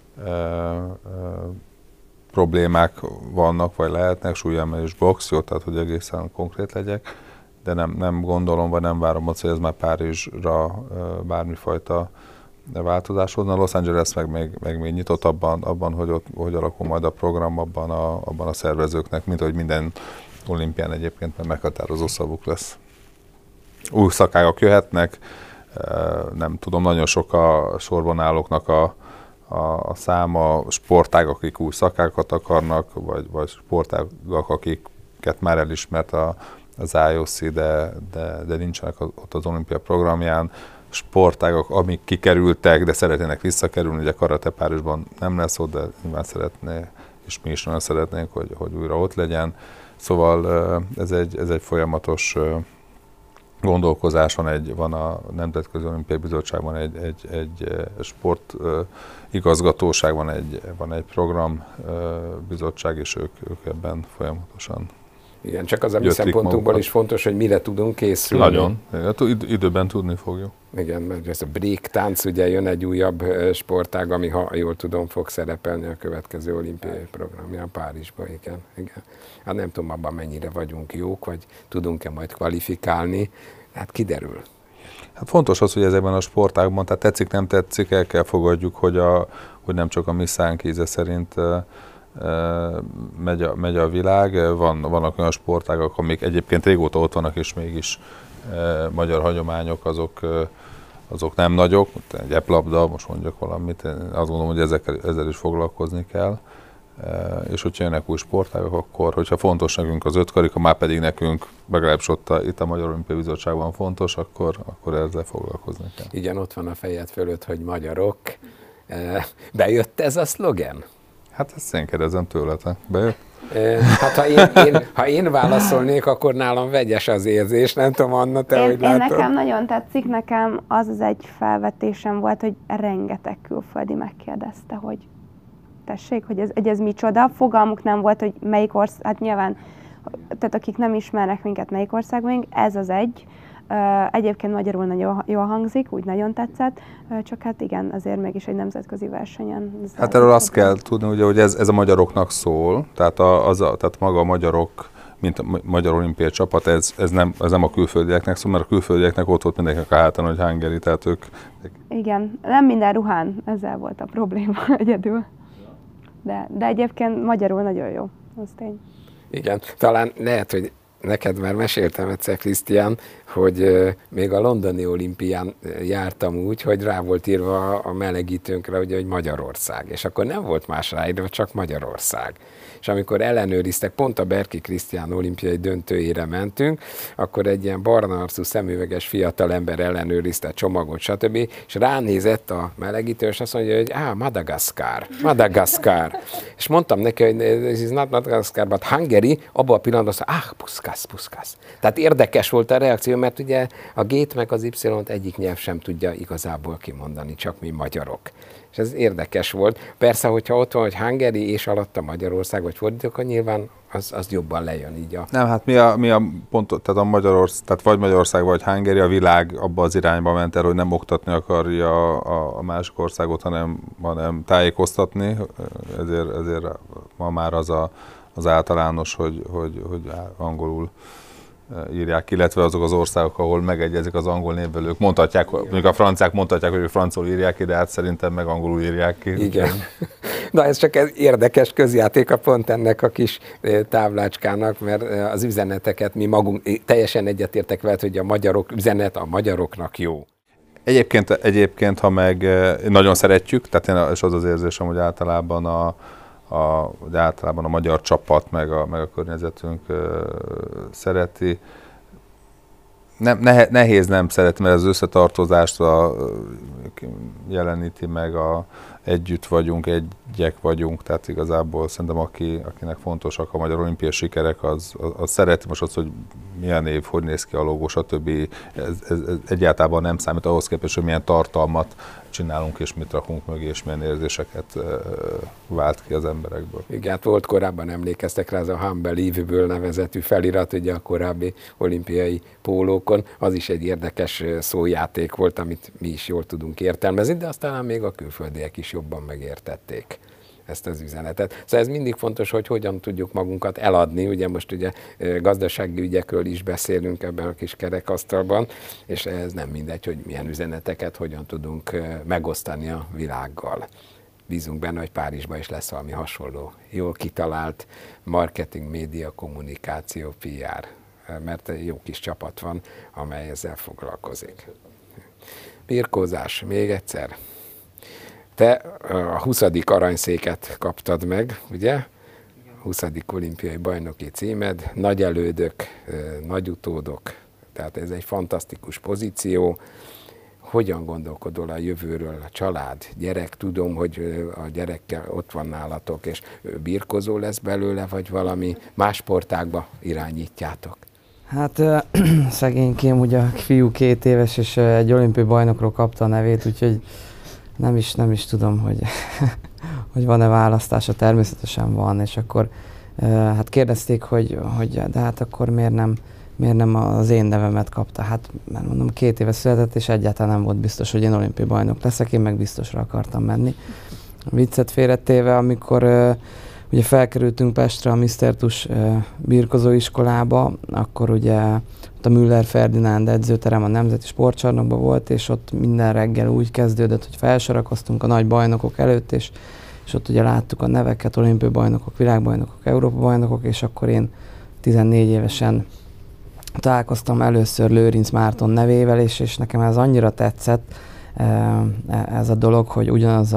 problémák vannak, vagy lehetnek, súlyemelés box, jó, tehát hogy egészen konkrét legyek, de nem gondolom, vagy nem várom azt, hogy ez már Párizsra bármifajta változás hozna. Los Angeles meg még nyitott abban hogy alakul majd a program, abban a szervezőknek, mint hogy minden olimpián egyébként, mert meghatározó szavuk lesz. Új szakágak jöhetnek, nem tudom, nagyon sok a sorban állóknak a száma, sportágak, akik új szakákat akarnak, vagy sportágak, akiket már elismert az IOC, de nincsenek ott az olimpia programján, sportágak, amik kikerültek, de szeretnének visszakerülni, ugye karate Párizsban nem lesz ott, de nyilván szeretné, és mi is nagyon szeretnénk, hogy újra ott legyen. Szóval ez egy folyamatos gondolkozás, van a Nemzetközi Olimpiai Bizottságban egy sport igazgatóság, van egy programbizottság, és ők ebben folyamatosan. Igen, csak az a mi szempontunkból is fontos, hogy mire tudunk készülni. Nagyon, időben tudni fogjuk. Igen, mert ez a break tánc, ugye jön egy újabb sportág, ami, ha jól tudom, fog szerepelni a következő olimpiai programján Párizsban. Igen. Hát nem tudom abban mennyire vagyunk jók, vagy tudunk-e majd kvalifikálni, hát kiderül. Hát fontos az, hogy ezekben a sportágban, tehát tetszik, nem tetszik, el kell fogadjuk, hogy nem csak a mi szánk íze szerint megy a világ. Vannak olyan sportágak, amik egyébként régóta ott vannak, és mégis magyar hagyományok, azok nem nagyok. Egy eplabda, most mondjak valamit, én azt gondolom, hogy ezzel is foglalkozni kell. és hogyha jönnek új sportágok, akkor, hogyha fontos nekünk az ötkarika, már pedig nekünk, legalábbis itt a Magyar Olimpiai Bizottságban fontos, akkor ezzel foglalkozni kell. Igen, ott van a fejed fölött, hogy magyarok. Bejött ez a szlogen? Hát ezt én kérdezem tőletek. Bejött? Hát ha én válaszolnék, akkor nálam vegyes az érzés, nem tudom, Anna, te hogy látod? Nekem nagyon tetszik, nekem az egy felvetésem volt, hogy rengeteg külföldi megkérdezte, hogy tessék, hogy ez micsoda, fogalmuk nem volt, hogy melyik ország, hát nyilván, tehát akik nem ismernek minket, melyik országban, ez az egy. Egyébként magyarul nagyon jól hangzik, úgy nagyon tetszett, csak hát igen, azért mégis egy nemzetközi versenyen. Hát erről azt kell tudni, ugye, hogy ez a magyaroknak szól, tehát, tehát maga a magyarok, mint a Magyar Olimpiai Csapat, ez nem a külföldieknek szól, mert a külföldieknek ott volt mindenkinek a hátán, hogy Hungary, tehát ők... Igen, nem minden ruhán, ezzel volt a probléma egyedül. De egyébként magyarul nagyon jó, az tény. Igen, talán lehet, hogy neked már meséltem egyszer, Krisztián, hogy még a londoni olimpián jártam úgy, hogy rá volt írva a melegítőnkre, ugye, hogy Magyarország, és akkor nem volt más ráírva, csak Magyarország. És amikor ellenőriztek, pont a Berki Krisztián olimpiai döntőjére mentünk, akkor egy ilyen barna arcú szemüveges fiatalember ellenőrizte a csomagot, stb. És ránézett a melegítő, és azt mondja, hogy Madagaszkár. És mondtam neki, hogy this is not Madagaszkár, but Hungary, abban a pillanatban azt mondta, puszkász. Tehát érdekes volt a reakció, mert ugye a G-t meg az Y-t egyik nyelv sem tudja igazából kimondani, csak mi magyarok. És ez érdekes volt. Persze, hogyha ott van, hogy Hungary és alatta Magyarország, vagy fordítok, akkor nyilván az jobban lejön így a... Nem, hát mi a pont, tehát tehát vagy Magyarország, vagy Hungary, a világ abba az irányba ment el, hogy nem oktatni akarja a másik országot, hanem tájékoztatni. Ezért ma már az általános, hogy angolul írják, illetve azok az országok, ahol megegyezik az angol névvel, ők mondhatják, mondjuk a franciák mondhatják, hogy ők franciául írják ki, de hát szerintem meg angolul írják ki. Igen. Na ez csak egy érdekes közjáték pont ennek a kis táblácskának, mert az üzeneteket mi magunk, teljesen egyetértek veled, hogy a magyarok üzenet a magyaroknak jó. Egyébként, ha meg nagyon szeretjük, tehát és az érzésem, hogy általában a magyar csapat, meg a környezetünk szereti. Nehéz nem szeretni, mert az összetartozást jeleníti meg, együtt vagyunk, egyek vagyunk, tehát igazából szerintem akinek fontosak a magyar olimpiai sikerek, az szereti most az, hogy milyen év, hogy néz ki a logó, stb. Ez egyáltalán nem számít ahhoz képest, hogy milyen tartalmat csinálunk, és mit rakunk mögé, és milyen érzéseket vált ki az emberekből. Igen, hát volt korábban, emlékeztek rá, ez a Unbelievable nevezetű felirat, ugye a korábbi olimpiai pólókon, az is egy érdekes szójáték volt, amit mi is jól tudunk értelmezni, de aztán még a külföldiek is jobban megértették ezt az üzenetet. Szóval ez mindig fontos, hogy hogyan tudjuk magunkat eladni, ugye most ugye gazdasági ügyekről is beszélünk ebben a kis kerekasztalban, és ez nem mindegy, hogy milyen üzeneteket hogyan tudunk megosztani a világgal. Bízunk benne, hogy Párizsban is lesz valami hasonló, jól kitalált marketing, média, kommunikáció, PR, mert jó kis csapat van, amely ezzel foglalkozik. Birkózás, még egyszer. Te a 20. aranyszéket kaptad meg, ugye? 20. olimpiai bajnoki címed, nagy elődök, nagy utódok, tehát ez egy fantasztikus pozíció. Hogyan gondolkodol a jövőről, a család, gyerek? Tudom, hogy a gyerekkel ott van nálatok, és birkozó lesz belőle, vagy valami más sportágba irányítjátok? Hát szegénykém, ugye a fiú 2 éves, és egy olimpiai bajnokról kapta a nevét, úgyhogy nem is tudom, hogy van-e választása, természetesen van, és akkor hát kérdezték, hogy de hát akkor miért nem az én nevemet kapta? Hát mert mondom, 2 éve született, és egyáltalán nem volt biztos, hogy én olimpiai bajnok leszek, én meg biztosra akartam menni. A viccet félretéve, amikor ugye felkerültünk Pestre a Mr. Tuss birkozóiskolába, akkor ugye ott a Müller Ferdinánd edzőterem a Nemzeti Sportcsarnokban volt, és ott minden reggel úgy kezdődött, hogy felsorakoztunk a nagy bajnokok előtt, és ott ugye láttuk a neveket, olimpiai bajnokok, világbajnokok, Európa bajnokok, és akkor én 14 évesen találkoztam először Lőrinc Márton nevével, és nekem ez annyira tetszett, ez a dolog, hogy ugyanaz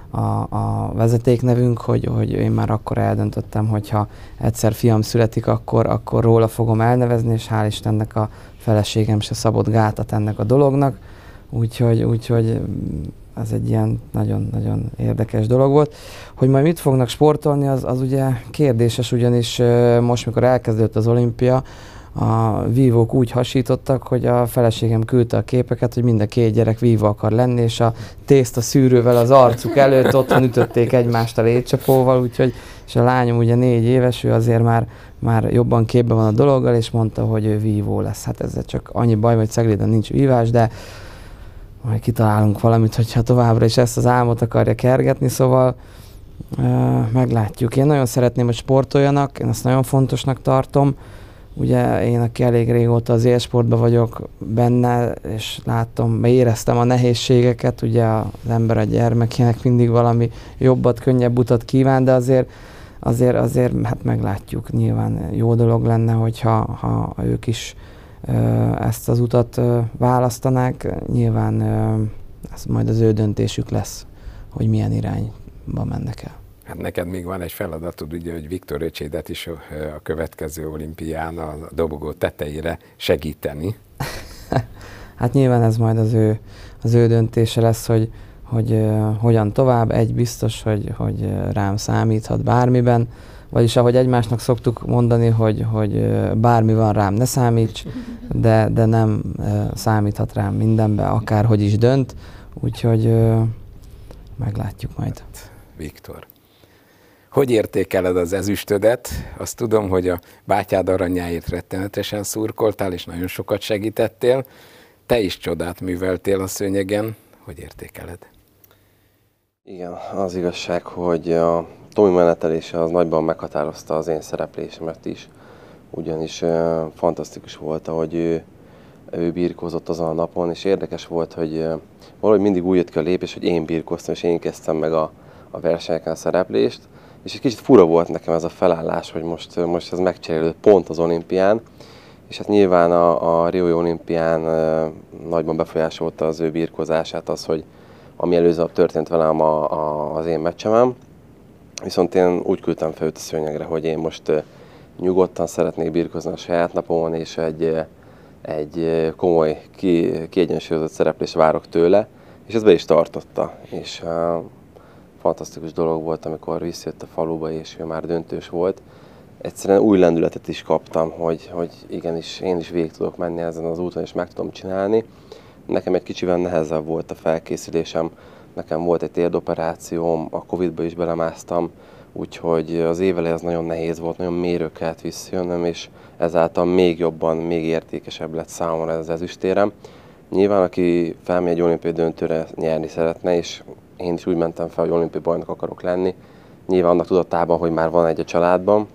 a vezetéknevünk, hogy én már akkor eldöntöttem, hogyha egyszer fiam születik, akkor róla fogom elnevezni, és hál' Istennek a feleségem se szabott gátat ennek a dolognak, úgyhogy ez egy ilyen nagyon-nagyon érdekes dolog volt. Hogy majd mit fognak sportolni, az ugye kérdéses, ugyanis most, mikor elkezdődött az olimpia, a vívók úgy hasítottak, hogy a feleségem küldte a képeket, hogy mind a két gyerek vívó akar lenni, és a tészta szűrővel az arcuk előtt otthon ütötték egymást a létcsapóval, úgyhogy, és a lányom ugye 4 éves, ő azért már jobban képben van a dologgal, és mondta, hogy ő vívó lesz. Hát ezzel csak annyi baj, hogy Cegléden nincs vívás, de majd kitalálunk valamit, hogyha továbbra is ezt az álmot akarja kergetni, szóval meglátjuk. Én nagyon szeretném, hogy sportoljanak, én ezt nagyon fontosnak tartom. Ugye én, aki elég régóta az élsportban vagyok benne, és láttam, éreztem a nehézségeket, ugye az ember a gyermekének mindig valami jobbat, könnyebb utat kíván, de azért hát meglátjuk. Nyilván jó dolog lenne, hogyha ők is ezt az utat választanák. Nyilván ez majd az ő döntésük lesz, hogy milyen irányba mennek el. Hát neked még van egy feladatod, ugye, hogy Viktor öcsédet is a következő olimpián a dobogó tetejére segíteni. Hát nyilván ez majd az ő döntése lesz, hogy hogyan tovább. Egy biztos, hogy rám számíthat bármiben, vagyis ahogy egymásnak szoktuk mondani, hogy bármi van rám, ne számíts, de nem számíthat rám mindenbe, akárhogy is dönt, úgyhogy meglátjuk majd. Viktor, hogy értékeled az ezüstödet? Azt tudom, hogy a bátyád aranyáért rettenetesen szurkoltál, és nagyon sokat segítettél. Te is csodát műveltél a szőnyegen. Hogy értékeled? Igen, az igazság, hogy a Tomi menetelése az nagyban meghatározta az én szereplésemet is. Ugyanis fantasztikus volt, ahogy ő birkózott azon a napon, és érdekes volt, hogy valahogy mindig úgy jött ki a lépés, hogy én birkóztam, és én kezdtem meg a versenyeken a szereplést. És egy kicsit fura volt nekem ez a felállás, hogy most ez megcserélődött pont az olimpián. És hát nyilván a Riói olimpián nagyban befolyásolta az ő birkózását az, hogy ami előzőbb történt velem az én meccsemem. Viszont én úgy küldtem fel őt a szőnyegre, hogy én most nyugodtan szeretnék birkózni a saját napomon, és egy komoly, kiegyensúlyozott szereplést várok tőle, és ez be is tartotta. És fantasztikus dolog volt, amikor visszajött a faluba, és ő már döntős volt. Egyszerűen új lendületet is kaptam, hogy igenis én is végig tudok menni ezen az úton, és meg tudom csinálni. Nekem egy kicsivel nehezebb volt a felkészülésem, nekem volt egy térdoperációm, a Covid-ba is belemásztam, úgyhogy az évelej az nagyon nehéz volt, nagyon mérő kellett visszajönnöm, és ezáltal még jobban, még értékesebb lett számomra ez az ezüstérem. Nyilván, aki felmegy egy olimpiai döntőre, nyerni szeretne, és én is úgy mentem fel, hogy olimpiai bajnok akarok lenni. Nyilván annak tudatában, hogy már van egy a családban,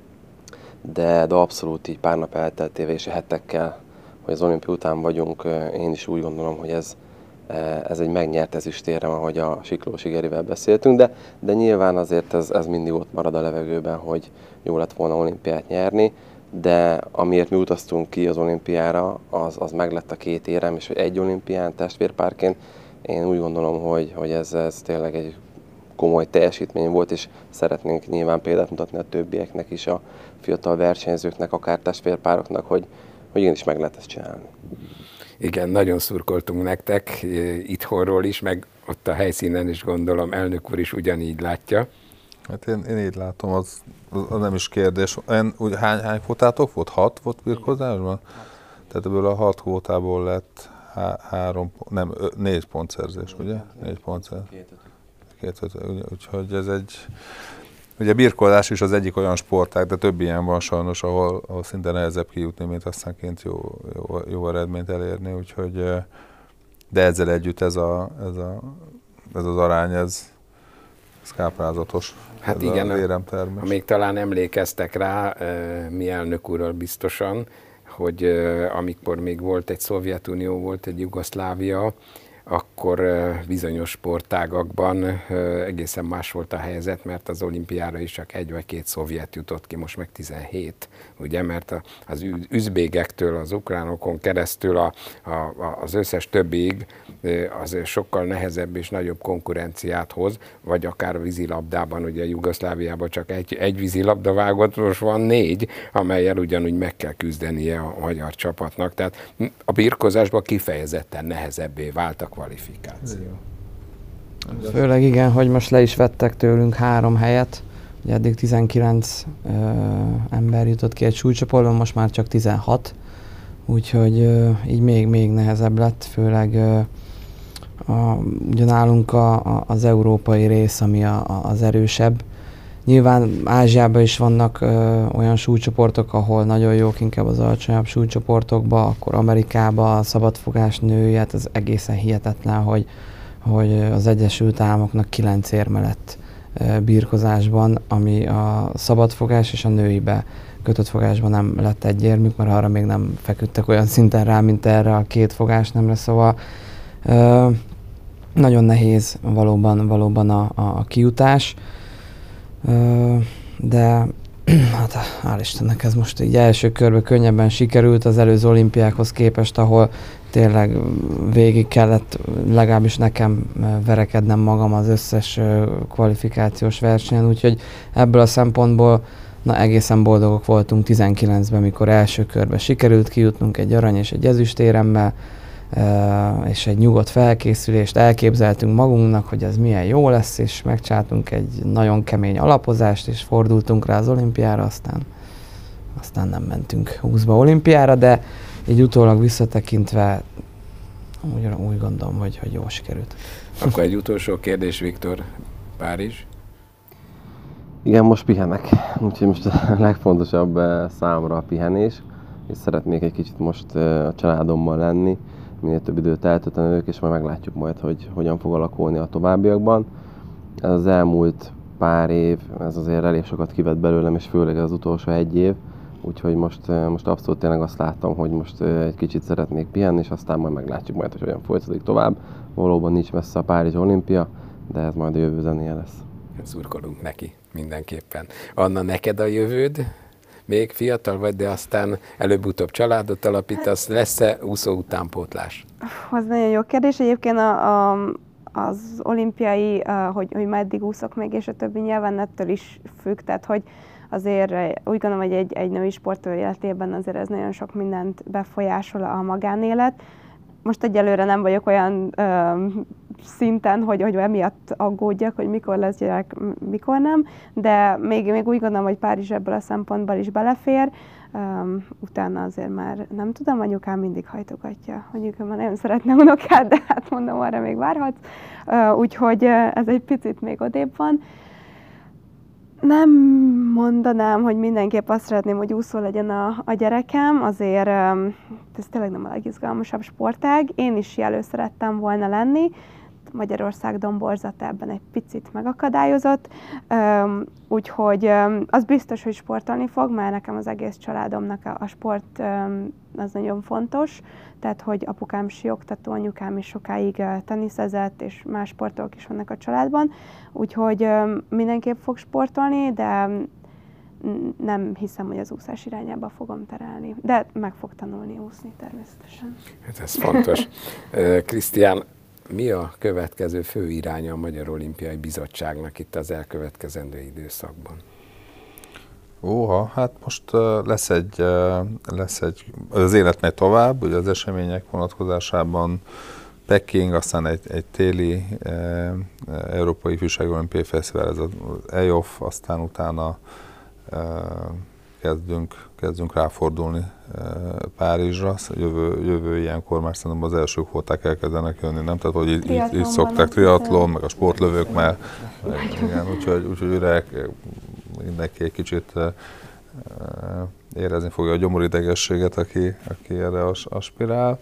de abszolút így pár nap elteltével és hetekkel, hogy az olimpia után vagyunk, én is úgy gondolom, hogy ez egy megnyert ezüstérem, ahogy a Siklósi Gerivel beszéltünk, de nyilván azért ez mindig ott marad a levegőben, hogy jó lett volna olimpiát nyerni, de amiért mi utaztunk ki az olimpiára, az meglett a 2 érem, és hogy egy olimpián testvérpárként, én úgy gondolom, hogy ez tényleg egy komoly teljesítmény volt, és szeretnénk nyilván példát mutatni a többieknek is, a fiatal versenyzőknek, akár testvérpároknak, hogy igenis meg lehet ezt csinálni. Igen, nagyon szurkoltunk nektek itthonról is, meg ott a helyszínen is gondolom, elnök úr is ugyanígy látja. Hát én így látom, az nem is kérdés. Hány kvótátok volt? 6 volt birkózásban? Tehát ebből a 6 kvótából lett 4 pontszerzés, ugye? 4 pontszerzés. 2-5, úgyhogy ez egy... Ugye a birkózás is az egyik olyan sportág, de több ilyen van sajnos, ahol szinte nehezebb kijutni, mint aztán kint jó eredményt elérni, úgyhogy... De ezzel együtt ez az arány, ez káprázatos. Hát ez igen, éremtermés. még talán emlékeztek rá, mi elnök úrral biztosan, hogy amikor még volt egy Szovjetunió, volt egy Jugoszlávia, akkor bizonyos sportágakban egészen más volt a helyzet, mert az olimpiára is csak 1 vagy 2 szovjet jutott ki, most meg 17, ugye, mert az üzbégektől, az ukránokon keresztül az összes többiig az sokkal nehezebb és nagyobb konkurenciát hoz, vagy akár a vízilabdában, ugye Jugoszláviában csak egy vízilabda vágott, most van 4, amellyel ugyanúgy meg kell küzdenie a magyar csapatnak, tehát a birkózásban kifejezetten nehezebbé vált a kvalifikáció. Főleg igen, hogy most le is vettek tőlünk 3 helyet, ugye eddig 19 ember jutott ki egy súlycsoportban, most már csak 16, úgyhogy így még nehezebb lett, főleg ugye nálunk az európai rész, ami az erősebb. Nyilván Ázsiában is vannak olyan súlycsoportok, ahol nagyon jók, inkább az alacsonyabb súlycsoportokba, akkor Amerikában a szabadfogás női, hát ez egészen hihetetlen, hogy az Egyesült Államoknak 9 érme lett birkozásban, ami a szabadfogás és a nőibe kötött fogásban nem lett egyérmük, mert arra még nem feküdtek olyan szinten rá, mint erre a 2 fogásnemre, szóval nagyon nehéz valóban a kijutás. De hát hál' Istennek ez most így első körben könnyebben sikerült az előző olimpiákhoz képest, ahol tényleg végig kellett legalábbis nekem verekednem magam az összes kvalifikációs versenyen, úgyhogy ebből a szempontból egészen boldogok voltunk 19-ben, mikor első körben sikerült kijutnunk egy arany és egy ezüstéremmel, és egy nyugodt felkészülést elképzeltünk magunknak, hogy ez milyen jó lesz, és megcsináltunk egy nagyon kemény alapozást, és fordultunk rá az olimpiára, aztán nem mentünk 20-ba olimpiára, de így utólag visszatekintve úgy gondolom, hogy jól sikerült. Akkor egy utolsó kérdés, Viktor, Párizs? Igen, most pihenek, úgyhogy most a legfontosabb számomra a pihenés, és szeretnék egy kicsit most a családommal lenni, minél több időt eltölteni ők, és majd meglátjuk majd, hogy hogyan fog alakulni a továbbiakban. Ez az elmúlt pár év, ez azért elég sokat kivett belőlem, és főleg az utolsó 1 év, úgyhogy most abszolút tényleg azt láttam, hogy most egy kicsit szeretnék pihenni, és aztán majd meglátjuk majd, hogy hogyan folytatódik tovább. Valóban nincs messze a Párizs olimpia, de ez majd a jövő zenéje lesz. Szurkolunk neki mindenképpen. Anna, neked a jövőd? Még fiatal vagy, de aztán előbb-utóbb családot alapítasz, lesz-e úszó utánpótlás? Az nagyon jó kérdés. Egyébként az olimpiai, hogy meddig úszok még, és a többi nyilván ettől is függ, tehát hogy azért úgy gondolom, hogy egy női sportoló életében azért ez nagyon sok mindent befolyásol a magánélet. Most egyelőre nem vagyok olyan szinten, hogy emiatt aggódjak, hogy mikor lesz gyerek, mikor nem, de még úgy gondolom, hogy Párizs ebből a szempontból is belefér. Utána azért már nem tudom, anyukám mindig hajtogatja. Anyukám már nagyon szeretne unokát, de hát mondom, arra még várhatsz. Úgyhogy ez egy picit még odébb van. Nem mondanám, hogy mindenképp azt szeretném, hogy úszó legyen a gyerekem, azért ez tényleg nem a legizgalmasabb sportág. Én is jelő szerettem volna lenni, Magyarország domborzata ebben egy picit megakadályozott, úgyhogy az biztos, hogy sportolni fog, mert nekem az egész családomnak a sport az nagyon fontos, tehát hogy apukám síoktató, anyukám is sokáig teniszezett, és más sportolók is vannak a családban, úgyhogy mindenképp fog sportolni, de nem hiszem, hogy az úszás irányába fogom terelni, de meg fog tanulni úszni természetesen. Hát ez fontos. Krisztián, mi a következő fő iránya a Magyar Olimpiai Bizottságnak itt az elkövetkezendő időszakban? Hát most lesz egy, az élet megy tovább, ugye az események vonatkozásában Peking, aztán egy téli Európai Ifjúsági Olimpiai Fesztivál, ez az EOF, aztán utána kezdünk ráfordulni Párizsra. Jövő ilyenkor már szerintem az első kvóták elkezdenek jönni, nem? Tehát, hogy így szokták, triatlon, meg a sportlövők már. Igen, úgyhogy mindenki egy kicsit érezni fogja a gyomoridegességet, aki erre aspirál.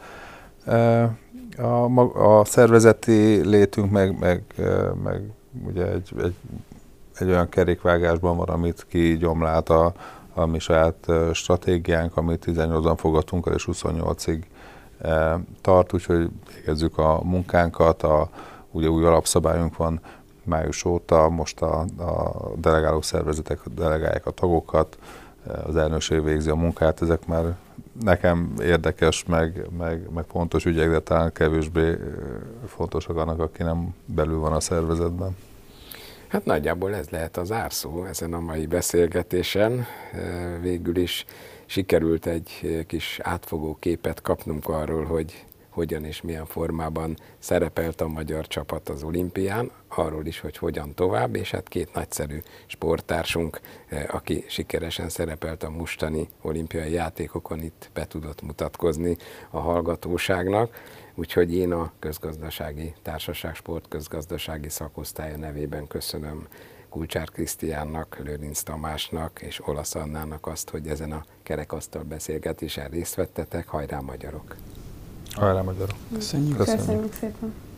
A szervezeti létünk meg ugye egy olyan kerékvágásban van, amit kigyomlált a mi saját stratégiánk, amit 18-ban fogadtunk el, és 28-ig tart, úgyhogy végezzük a munkánkat, ugye új alapszabályunk van május óta, most a delegáló szervezetek delegálják a tagokat, az elnökség végzi a munkát, ezek már nekem érdekes, meg fontos ügyek, de talán kevésbé fontosak annak, aki nem belül van a szervezetben. Hát nagyjából ez lehet az zárszó ezen a mai beszélgetésen. Végül is sikerült egy kis átfogó képet kapnunk arról, hogy hogyan és milyen formában szerepelt a magyar csapat az olimpián, arról is, hogy hogyan tovább, és hát két nagyszerű sporttársunk, aki sikeresen szerepelt a mostani olimpiai játékokon, itt be tudott mutatkozni a hallgatóságnak. Úgyhogy én a Közgazdasági Társaság sportközgazdasági szakosztálya nevében köszönöm Kulcsár Krisztiánnak, Lőrinc Tamásnak és Olasz Annának azt, hogy ezen a kerekasztal beszélgetésen részt vettetek. Hajrá magyarok! Hajrá magyarok! Köszönjük! Köszönjük szépen!